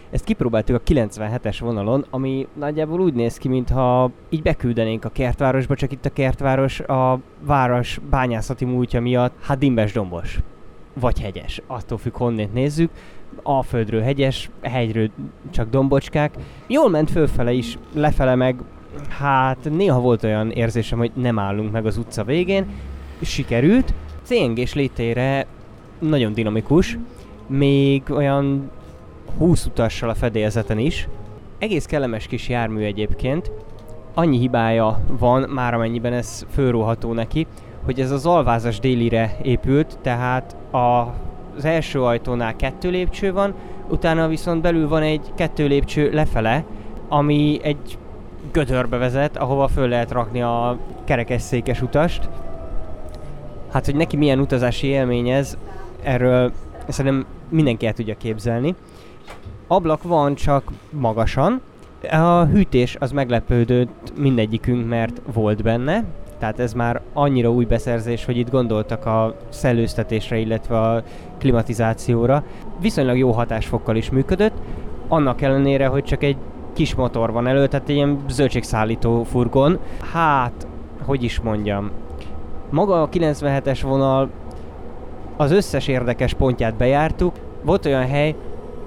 Ezt kipróbáltuk a kilencvenhetes vonalon, ami nagyjából úgy néz ki, mintha így beküldenénk a kertvárosba, csak itt a kertváros a város bányászati múltja miatt hát dimbes dombos. Vagy hegyes, attól függ, honnét nézzük. A földről hegyes, hegyről csak dombocskák. Jól ment fölfele is, lefele meg, hát néha volt olyan érzésem, hogy nem állunk meg az utca végén. Sikerült. cé en gés létére nagyon dinamikus, még olyan húsz utassal a fedélzeten is. Egész kellemes kis jármű egyébként. Annyi hibája van, már amennyiben ez fölróható neki, hogy ez az alvázas délire épült, tehát a az első ajtónál kettő lépcső van, utána viszont belül van egy kettő lépcső lefele, ami egy gödörbe vezet, ahova föl lehet rakni a kerekesszékes utast. Hát, hogy neki milyen utazási élmény ez, erről szerintem mindenki el tudja képzelni. Ablak van, csak magasan. A hűtés az meglepődött mindegyikünk, mert volt benne. Tehát ez már annyira új beszerzés, hogy itt gondoltak a szellőztetésre, illetve a klimatizációra. Viszonylag jó hatásfokkal is működött, annak ellenére, hogy csak egy kis motor van elő, tehát egy ilyen zöldségszállító furgon. Hát, hogy is mondjam, maga a kilencvenhetes vonal az összes érdekes pontját bejártuk. Volt olyan hely,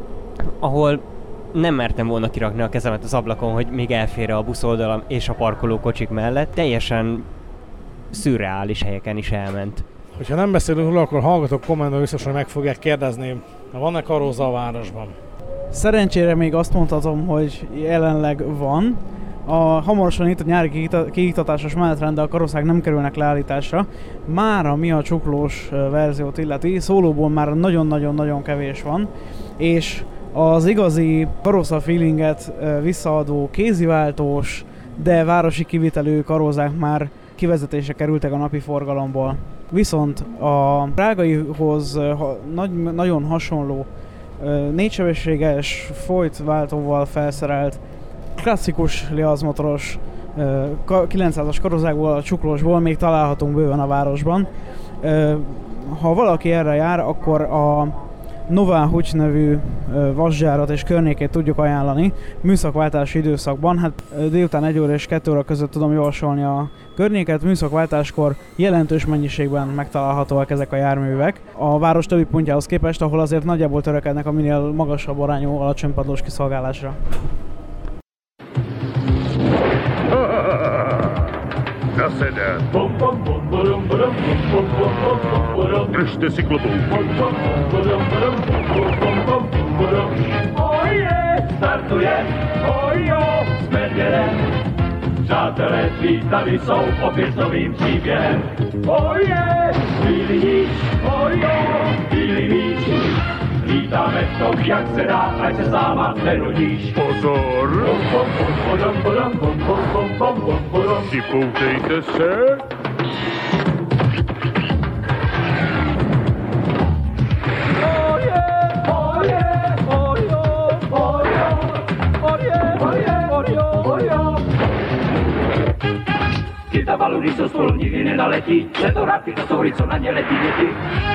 ahol nem mertem volna kirakni a kezemet az ablakon, hogy még elfér a buszoldalam és a parkolókocsik mellett. Teljesen szürreális helyeken is elment. Hogyha nem beszélünk róla, akkor hallgatók kommentben biztosan meg fogják kérdezni, van-e karóza a városban? Szerencsére még azt mondhatom, hogy jelenleg van. A hamarosan itt a nyári kiiktatásos menetrenddel a karosszák nem kerülnek leállításra. Már ami a csuklós verziót illeti, szólóból már nagyon-nagyon-nagyon kevés van, és az igazi karossa feelinget visszaadó kéziváltós, de városi kivitelű karózák már kivezetésre kerültek a napi forgalomból. Viszont a prágaihoz nagy, nagyon hasonló négysebességes folytváltóval felszerelt klasszikus liazmotoros kilencszázas karozákból, a csuklósból még találhatunk bőven a városban. Ha valaki erre jár, akkor a Nován Hucs nevű vasgyárat és környékét tudjuk ajánlani műszakváltási időszakban. Hát délután egy óra és kettő óra között tudom javasolni a környéket. Műszakváltáskor jelentős mennyiségben megtalálhatóak ezek a járművek. A város többi pontjához képest, ahol azért nagyjából törekednek a minél magasabb arányú alacsony padlós kiszolgálásra. Nasedá. Držte si klobouk. Oje, startuje, ojo, s medvědem. Přátelé tví tady jsou opět novým příběhem. Oje, bílý míč, ojo, bílý míč. Lítáme v tom, jak se dá, ať se sáma nenudíš. Pozor! Připoutejte se. Oje, oje, ojo, ojo, oje, oje, ojo, ojo. Kyta baluny jsou spolu nikdy nenaletí, letohrádky to jsou hry, co na ně letí děti.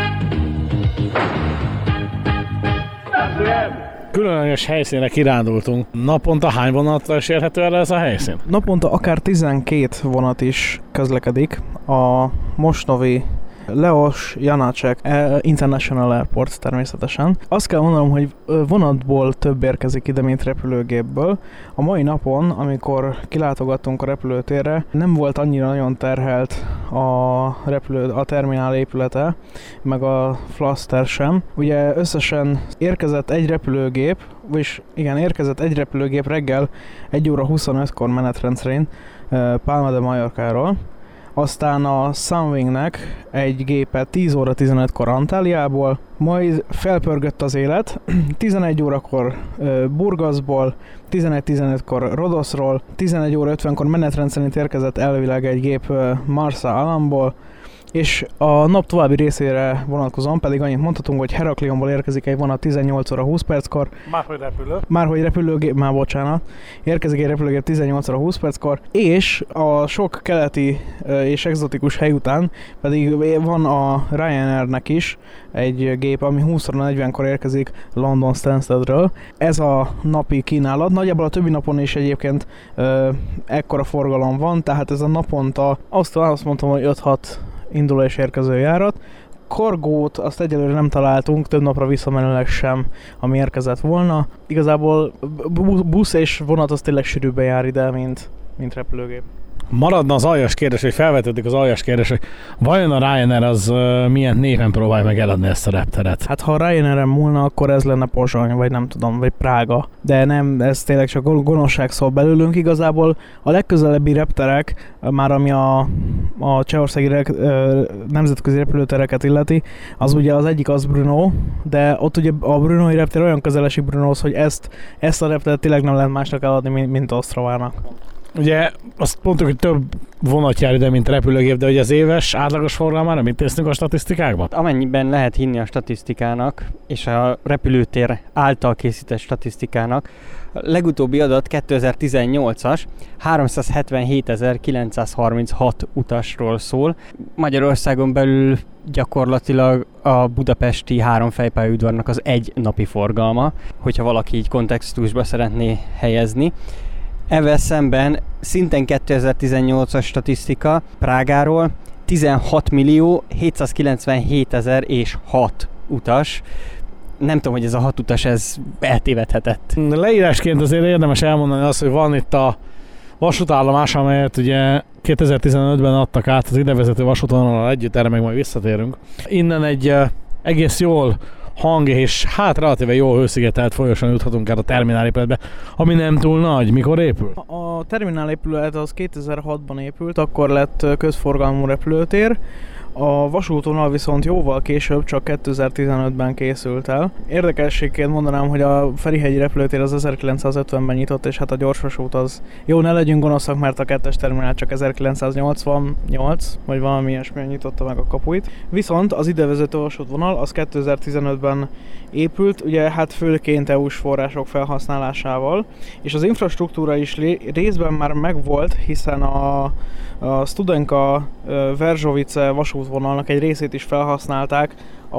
Különleges helyszínre kirándultunk. Naponta hány vonatra is érhető el ez a helyszín? Naponta akár tizenkét vonat is közlekedik a mostnovi Leos Janácsek International Airport természetesen. Azt kell mondanom, hogy vonatból több érkezik ide, mint repülőgépből. A mai napon, amikor kilátogattunk a repülőtérre, nem volt annyira nagyon terhelt a, repülő, a terminál épülete, meg a Flaster sem. Ugye összesen érkezett egy repülőgép, vagyis igen, érkezett egy repülőgép reggel egy óra huszonötkor menetrend szerint Palma de Mallorcáról. Aztán a Sunwingnek egy gépe tíz óra tizenötkor Antáliából, majd felpörgött az élet, tizenegy órakor uh, Burgasból, tizenegy tizenötkor Rodosról, tizenegy óra ötvenkor menetrend szerint érkezett elvileg egy gép uh, Marsa Alamból, És a nap további részére vonatkozóan pedig annyit mondhatunk, hogy Heraklionból érkezik egy vonat tizennyolc óra húsz perckor. Márhogy repülő. Márhogy repülőgép, már bocsánat. Érkezik egy repülőgép tizennyolc óra húsz perckor, és a sok keleti és egzotikus hely után pedig van a Ryanairnek is egy gép, ami húsz óra negyvenkor érkezik London Stanstedről. Ez a napi kínálat. Nagyjából a többi napon is egyébként ö, ekkora forgalom van, tehát ez a naponta azt, azt mondtam, hogy öt-hat induló és érkező járat. Kargót azt egyelőre nem találtunk, több napra visszamenőleg sem, ami érkezett volna. Igazából busz és vonat az tényleg sűrűbben jár ide, mint, mint repülőgép. Maradna az aljas kérdés, hogy felvetődik az aljas kérdés, hogy vajon a Ryanair az uh, milyen néven próbálja meg eladni ezt a repteret? Hát ha a Ryanair-en múlna, akkor ez lenne Pozsony, vagy nem tudom, vagy Prága. De nem, ez tényleg csak gonoszság szól belőlünk. Igazából a legközelebbi repterek, már ami a, a csehországi re, nemzetközi repülőtereket illeti, az ugye az egyik az Brno, de ott ugye a brunói reptér olyan közel esik Brnóhoz, hogy ezt, ezt a repteret tényleg nem lehet másnak eladni, mint, mint Osztravának. Ugye azt mondtuk, hogy több vonat jár ide, mint repülőgép, de ugye az éves átlagos forgalmára mit néztünk a statisztikákban? Amennyiben lehet hinni a statisztikának, és a repülőtér által készített statisztikának, a legutóbbi adat kétezer-tizennyolcas háromszázhetvenhétezer-kilencszázharminchat utasról szól. Magyarországon belül gyakorlatilag a budapesti három fejpályaudvarnak az egy napi forgalma, hogyha valaki így kontextusba szeretné helyezni. Ezzel szemben szinten kétezer-tizennyolcas statisztika Prágáról tizenhat millió hétszázkilencvenhétezer és hat utas. Nem tudom, hogy ez a hat utas ez eltévedhetett. Leírásként azért érdemes elmondani azt, hogy van itt a vasútállomás, amelyet ugye kétezer-tizenötben adtak át az idevezető vasútvonallal együtt, erre meg majd visszatérünk. Innen egy egész jól hang és hát relatíve jó hőszigetelt folyosón juthatunk el a terminálépületbe, ami nem túl nagy. Mikor épül? A terminálépület az kétezer-hatban épült, akkor lett közforgalmú repülőtér. A vasútvonal viszont jóval később, csak kétezer-tizenötben készült el. Érdekességként mondanám, hogy a Ferihegyi repülőtér az ezerkilencszázötvenben nyitott, és hát a gyorsvasút az... Jó, ne legyünk gonoszak, mert a kettes terminál csak ezerkilencszáznyolcvannyolc, vagy valami ilyesmilyen nyitotta meg a kapuit. Viszont az idevezető vasútvonal az kétezer-tizenötben épült, ugye hát főként é u-s források felhasználásával, és az infrastruktúra is részben már megvolt, hiszen a, a Studenka Verzsovice vasútvonalnak egy részét is felhasználták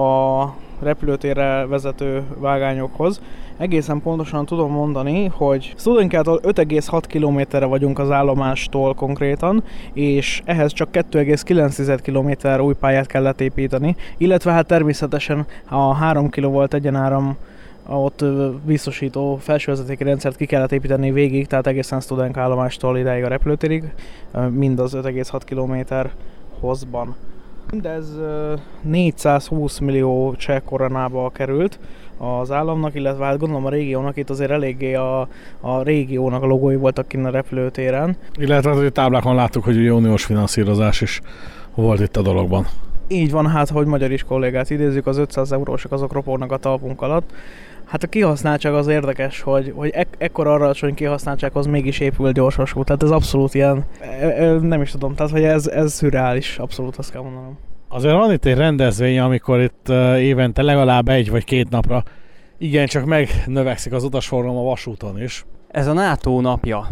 a repülőtérre vezető vágányokhoz. Egészen pontosan tudom mondani, hogy Studenkától öt egész hat kilométerre vagyunk az állomástól konkrétan, és ehhez csak kettő egész kilenc kilométer új pályát kellett építeni, illetve hát természetesen a három kilovolt egyenáram ott biztosító felsővezetéki rendszert ki kellett építeni végig, tehát egészen Studenka állomástól idáig a repülőtérig, mind az öt egész hat kilométer hosszban. Mindez négyszázhúsz millió cseh koronába került az államnak, illetve hát gondolom a régiónak, itt azért eléggé a, a régiónak a logói voltak kinn a repülőtéren. Illetve az, hogy táblákon láttuk, hogy uniós finanszírozás is volt itt a dologban. Így van, hát hogy magyar is kollégát idézzük, az ötszáz eurósok azok ropognak a talpunk alatt. Hát a kihasználtság az érdekes, hogy, hogy ek- ekkor arra alacsony kihasználtsághoz mégis épül gyorsvasút, tehát ez abszolút ilyen, nem is tudom, tehát hogy ez, ez szürreális, abszolút azt kell mondanom. Azért van itt egy rendezvény, amikor itt évente legalább egy vagy két napra igencsak megnövekszik az utasforgalom a vasúton is. Ez a NATO napja.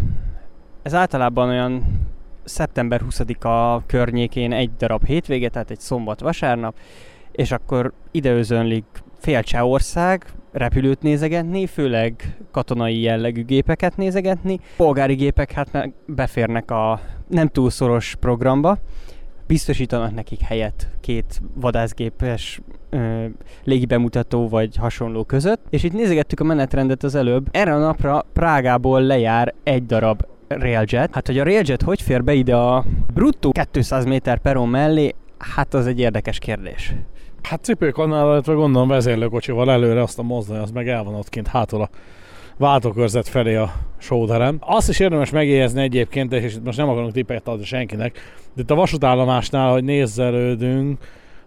Ez általában olyan szeptember huszadika környékén egy darab hétvége, tehát egy szombat-vasárnap, és akkor ideözönlik fél Csehország repülőt nézegetni, főleg katonai jellegű gépeket nézegetni. Polgári gépek hát meg beférnek a nem túl szoros programba, biztosítanak nekik helyet két vadászgépes ö, légibemutató vagy hasonló között. És itt nézegettük a menetrendet az előbb. Erre a napra Prágából lejár egy darab Railjet. Hát, hogy a Railjet hogy fér be ide a bruttó kétszáz méter peron mellé, hát az egy érdekes kérdés. Hát cipőkannál, illetve gondolom vezérlőkocsival előre, azt a mozdony, az meg el van ott kint hátul a váltókörzet felé a sóderem. Azt is érdemes megjegyezni egyébként, és most nem akarunk tippet adni senkinek, de itt a vasútállomásnál, hogy nézzelődünk,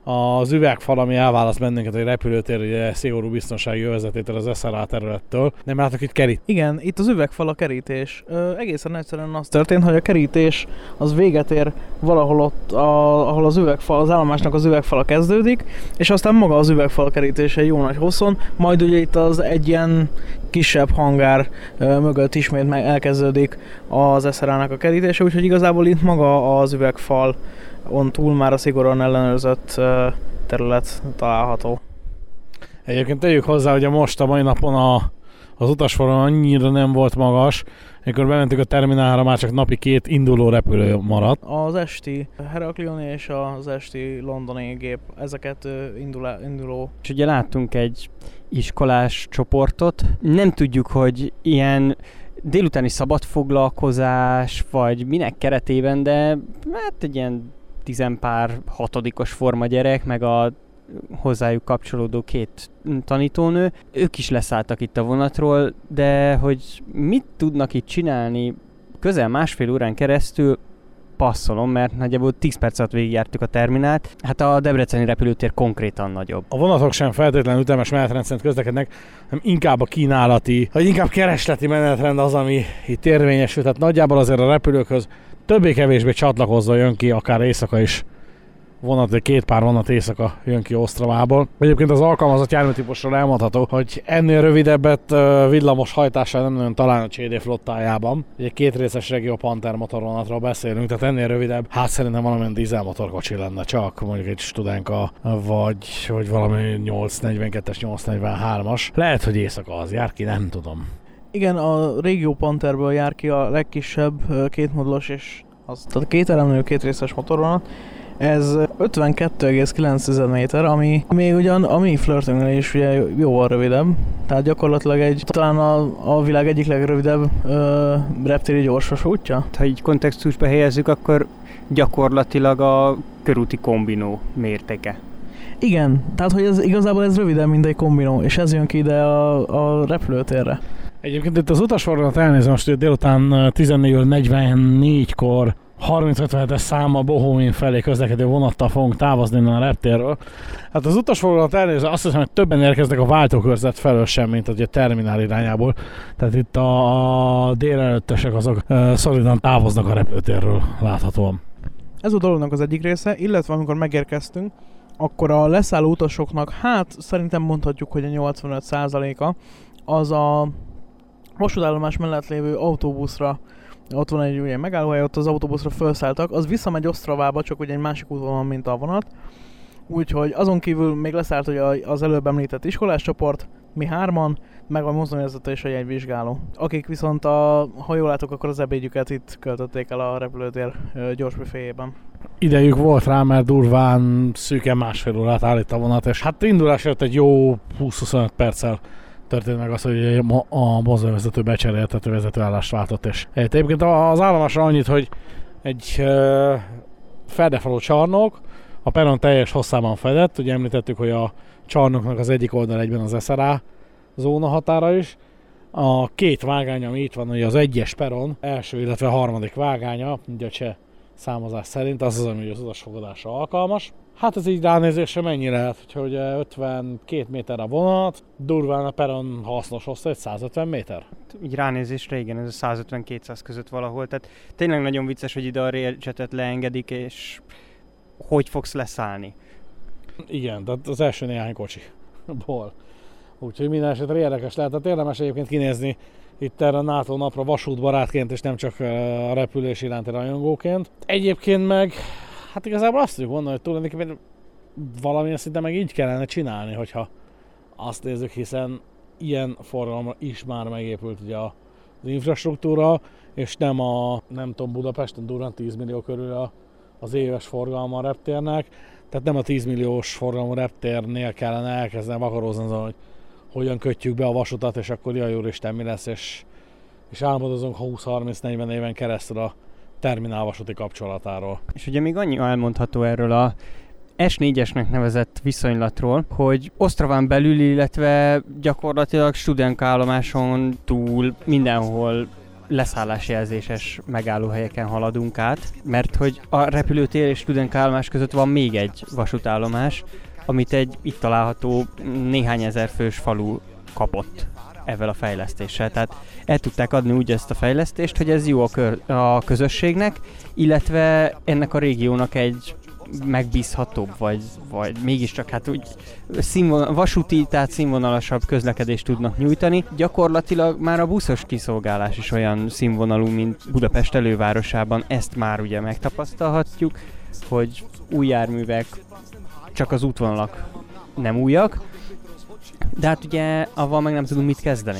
az üvegfal, ami elválaszt bennünket egy repülőtér, ugye szigorú biztonsági övezetétől az es er á területtől. Nem látok itt kerít. Igen, itt az üvegfal a kerítés. Ö, egészen egyszerűen az történt, hogy a kerítés az véget ér valahol ott, a, ahol az üvegfal, az állomásnak az üvegfala kezdődik, és aztán maga az üvegfal kerítés egy jó nagy hosszon, majd ugye itt az egy ilyen kisebb hangár ö, mögött ismét meg elkezdődik az es er á-nak a kerítése, úgyhogy igazából itt maga az üvegfal on túl már a szigorúan ellenőrzött terület található. Egyébként tegyük hozzá, hogy most a mai napon a, az utasforgalom annyira nem volt magas, amikor bementük a terminálra, már csak napi két induló repülő maradt. Az esti Heraklion és az esti londoni gép, ezeket indul, induló. És ugye láttunk egy iskolás csoportot, nem tudjuk, hogy ilyen délutáni szabadfoglalkozás, vagy minek keretében, de hát egy ilyen tizenpár hatodikos forma gyerek, meg a hozzájuk kapcsolódó két tanítónő, ők is leszálltak itt a vonatról, de hogy mit tudnak itt csinálni közel másfél órán keresztül, passzolom, mert nagyjából tíz perc alatt végigjártuk a terminált. Hát a debreceni repülőtér konkrétan nagyobb. A vonatok sem feltétlenül ütemes menetrend szerint közlekednek, hanem inkább a kínálati, vagy inkább keresleti menetrend az, ami itt érvényesül. Tehát nagyjából azért a repülőkhöz többé-kevésbé csatlakozva jön ki, akár éjszaka is vonat, de két pár vonat éjszaka jön ki Osztravából. Egyébként az alkalmazott járműtípusról elmondható, hogy ennél rövidebbet villamos hajtással nem nagyon talán a cé dé flottájában. Egy két részes Regio Panther motorvonatról beszélünk, tehát ennél rövidebb, hát szerintem valamilyen dízelmotorkocsi lenne csak, mondjuk egy Studenka, vagy hogy valami nyolc negyvenkettes, nyolc negyvenhármas. Lehet, hogy éjszaka az jár ki, nem tudom. Igen, a Regio Pantherből jár ki a legkisebb kétmodulos és az, tehát két elemlő, két részes motorvonat. Ez ötvenkettő egész kilenc méter, ami még ugyan a mi flirtünknél is ugye jóval rövidebb. Tehát gyakorlatilag egy, talán a, a világ egyik legrövidebb ö, reptéri gyorsvasút útja. Ha így kontextusba helyezzük, akkor gyakorlatilag a körúti kombinó mértéke. Igen, tehát hogy ez igazából ez rövidebb, mint egy kombinó, és ez jön ki ide a, a repülőtérre. Egyébként itt az utasforgalmat elnézem, most délután tizennégy óra negyvennégykor harminc ötvenhetes számmal Bohómin felé közlekedő vonattal fogunk távozni innen a reptérről. Hát az utasforgalmat elnézve azt hiszem, hogy többen érkeznek a váltókörzet felől sem, mint a terminál irányából. Tehát itt a, a délelőttesek azok uh, szolidan távoznak a repülőtérről láthatóan. Ez a dolognak az egyik része, illetve amikor megérkeztünk, akkor a leszálló utasoknak, hát szerintem mondhatjuk, hogy a nyolcvanöt százaléka az a vasútállomás mellett lévő autóbuszra, ott van egy ugye megállóhely, ott az autóbuszra felszálltak, az visszamegy Osztravába, csak ugye egy másik útvonalon, mint a vonat. Úgyhogy azon kívül még leszállt hogy az előbb említett iskolás csoport, mi hárman, meg a mozdonyvezető és egy vizsgáló. Akik viszont, a, ha jól látok, akkor az ebédjüket itt költötték el a repülőtér gyorsbüféjében. Idejük volt rá, mert durván szűken másfél órát állít a vonat, és hát indulás előtt egy jó húsz-huszonöt perccel történt meg az, hogy a mozdonyvezető becseréltető vezetőállást váltott, és egyébként az állomásra annyit, hogy egy uh, ferdefaló csarnok, a peron teljes hosszában fedett, ugye említettük, hogy a csarnoknak az egyik oldal egyben az es er á zóna határa is. A két vágány, ami itt van, hogy az egyes peron, első, illetve a harmadik vágánya, ugye a cseh számozás szerint, az az, ami az utasfogadásra alkalmas. Hát ez így ránézésre mennyi lehet, hogyha ugye ötvenkét méter a vonat, durván a peron hasznos hossza egy százötven méter. Így ránézésre igen, ez a százötven-kétszáz között valahol, tehát tényleg nagyon vicces, hogy ide a railjetet leengedik, és hogy fogsz leszállni? Igen, tehát az első néhány kocsiból. Úgyhogy minden esetre érdekes lehet, tehát érdemes egyébként kinézni itt erre a NATO napra vasútbarátként, és nem csak a repülés iránti rajongóként. Egyébként meg, hát igazából azt tudjuk mondani, hogy tulajdonképpen valamilyen szinte meg így kellene csinálni, hogyha azt nézzük, hiszen ilyen forgalomra is már megépült ugye az infrastruktúra, és nem a, nem tudom, Budapesten durván tíz millió körül az éves forgalma a reptérnek, tehát nem a tíz milliós forgalmú reptérnél kellene elkezdeni vakarózni azon, hogy hogyan kötjük be a vasutat, és akkor jaj úristen mi lesz, és, és álmodozunk húsz-harminc-negyven éven keresztül a terminál vasúti kapcsolatáról. És ugye még annyi elmondható erről a es négyesnek nevezett viszonylatról, hogy Osztraván belül, illetve gyakorlatilag Studenka állomáson túl mindenhol leszállásjelzéses megállóhelyeken haladunk át, mert hogy a repülőtér és Studenka állomás között van még egy vasútállomás, amit egy itt található néhány ezer fős falu kapott ezzel a fejlesztéssel. Tehát el tudták adni úgy ezt a fejlesztést, hogy ez jó a, kör, a közösségnek, illetve ennek a régiónak egy megbízhatóbb, vagy, vagy mégiscsak hát úgy színvonal, vasúti, tehát színvonalasabb közlekedést tudnak nyújtani. Gyakorlatilag már a buszos kiszolgálás is olyan színvonalú, mint Budapest elővárosában, ezt már ugye megtapasztalhatjuk, hogy új járművek, csak az útvonalak nem újak, de hát ugye avval meg nem tudunk mit kezdeni.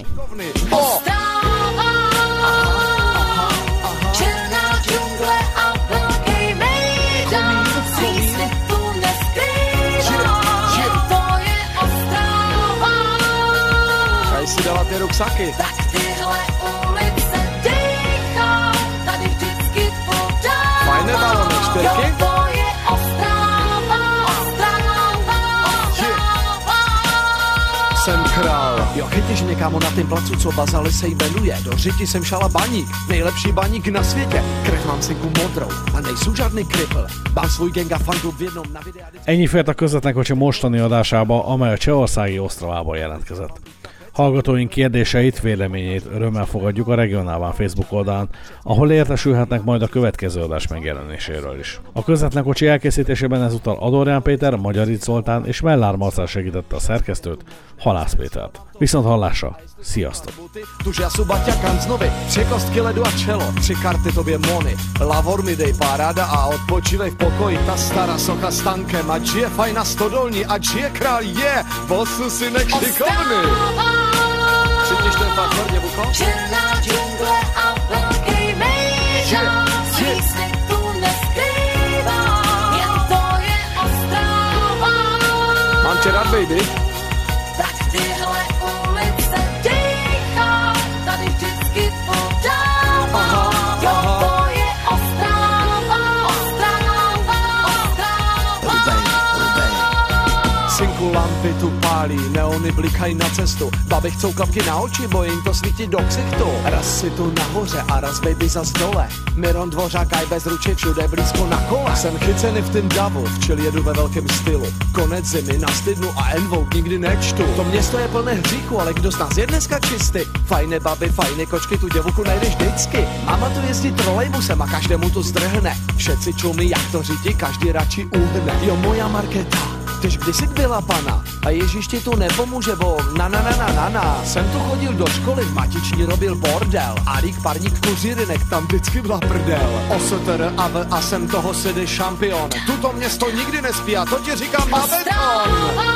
Kaj si dala ty ruksaky? Tak tyhle ulice dýchám, tady vždycky podám. Fajné balony, čtyřky? Jo, to je Ostrava, Ostrava, Ostrava. Jsem král. Jo, chytíš mě, kámo, na tým placu, co Bazali se jmenuje. Do řiti jsem šala baník, nejlepší baník na světě. Krev mám synku modrou a nejsou žádný kripl. Mám svůj gang a fanklub v jednom na videa. Ennyi fért a Közvetlen Kocsi mostani adásába, amely a csehországi Ostravában jelentkezett. Hallgatóink kérdéseit, véleményét örömmel fogadjuk a Regionálban Facebook oldalán, ahol értesülhetnek majd a következő adás megjelenéséről is. A Közvetlen Kocsi elkészítésében ezúttal Adorján Péter, Magyaric Zoltán és Mellár Marcel segítette a szerkesztőt, Halász Pétert. Viszont hallásra, sziasztok! Tuž já jsou Baťa Kancnovi, tři kostky ledu a čelo, tři karty tobě mony. Lavor mi dej paráda a odpočívej v pokoji, ta stará socha s tankem, ať žije fajna stodolní, ať žije král je, bosu synek šikovný. Cítíš ten fakt hodně, Buko? Černá džungle a velký mejdan, svý sny tu neskrývám, jen to je Ostrava. Mám tě rád, baby. Tak tyhle ulice dýchám, tady vždycky podávám. Jo, to je Ostrava, Ostrava, Ostrava. Synku, lampy tu pálí, neony blikají na cestu. Babi chcou klapky na oči, bo jim to svítí do ksichtu. Raz si tu nahoře a raz baby zas dole. Miron Dvořák aj bez ruček, všude blízko na kole. Jsem chycený v tým davu, včel jedu ve velkém stylu. Konec zimy na stydnu a envou nikdy nečtu. To město je plné hříchu, ale kdo z nás je dneska čistý? Fajné baby, fajné kočky, tu děvuku najdeš vždycky. Mama tu jezdí trolejbusem a každému tu zdrhne. Všetci čumí, jak to řídí, každý radši uhne. Jo, moja Markéta, tyž kdysi byla pana a Ježíš ti tu nepomůže, bo na na na na na na. Jsem tu chodil do školy, v matični robil bordel. Arík, parník, kuřírinek, tam vždycky byla prdel. O S T R a V a jsem toho sedy šampion. Tuto město nikdy nespí a to ti říkám na beton.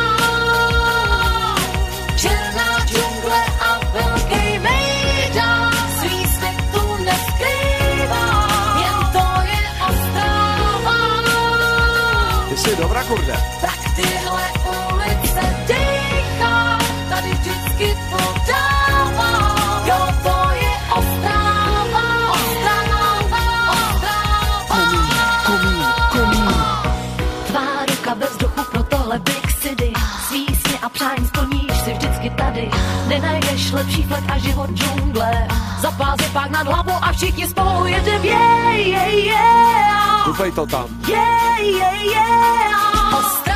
Černá džungle a velký mejdan, svý sny tu neskrývám, jen to je Ostrava. Ty jsi dobrá, kurde. Tak tyhle ulice dýchám, tady vždycky podávám. Jo, to je Ostrava, Ostrava, Ostrava. Komín, komín. Tvá ruka bez vzduchu pro tohle Big City. Svý sny a přání splníš si vždycky tady. Nenajdeš lepší flek a život džungle. Zapás je pak nad hlavou a všichni spolu jedem. Yeah, yeah, yeah. Dupej to tam. Yeah, yeah, yeah.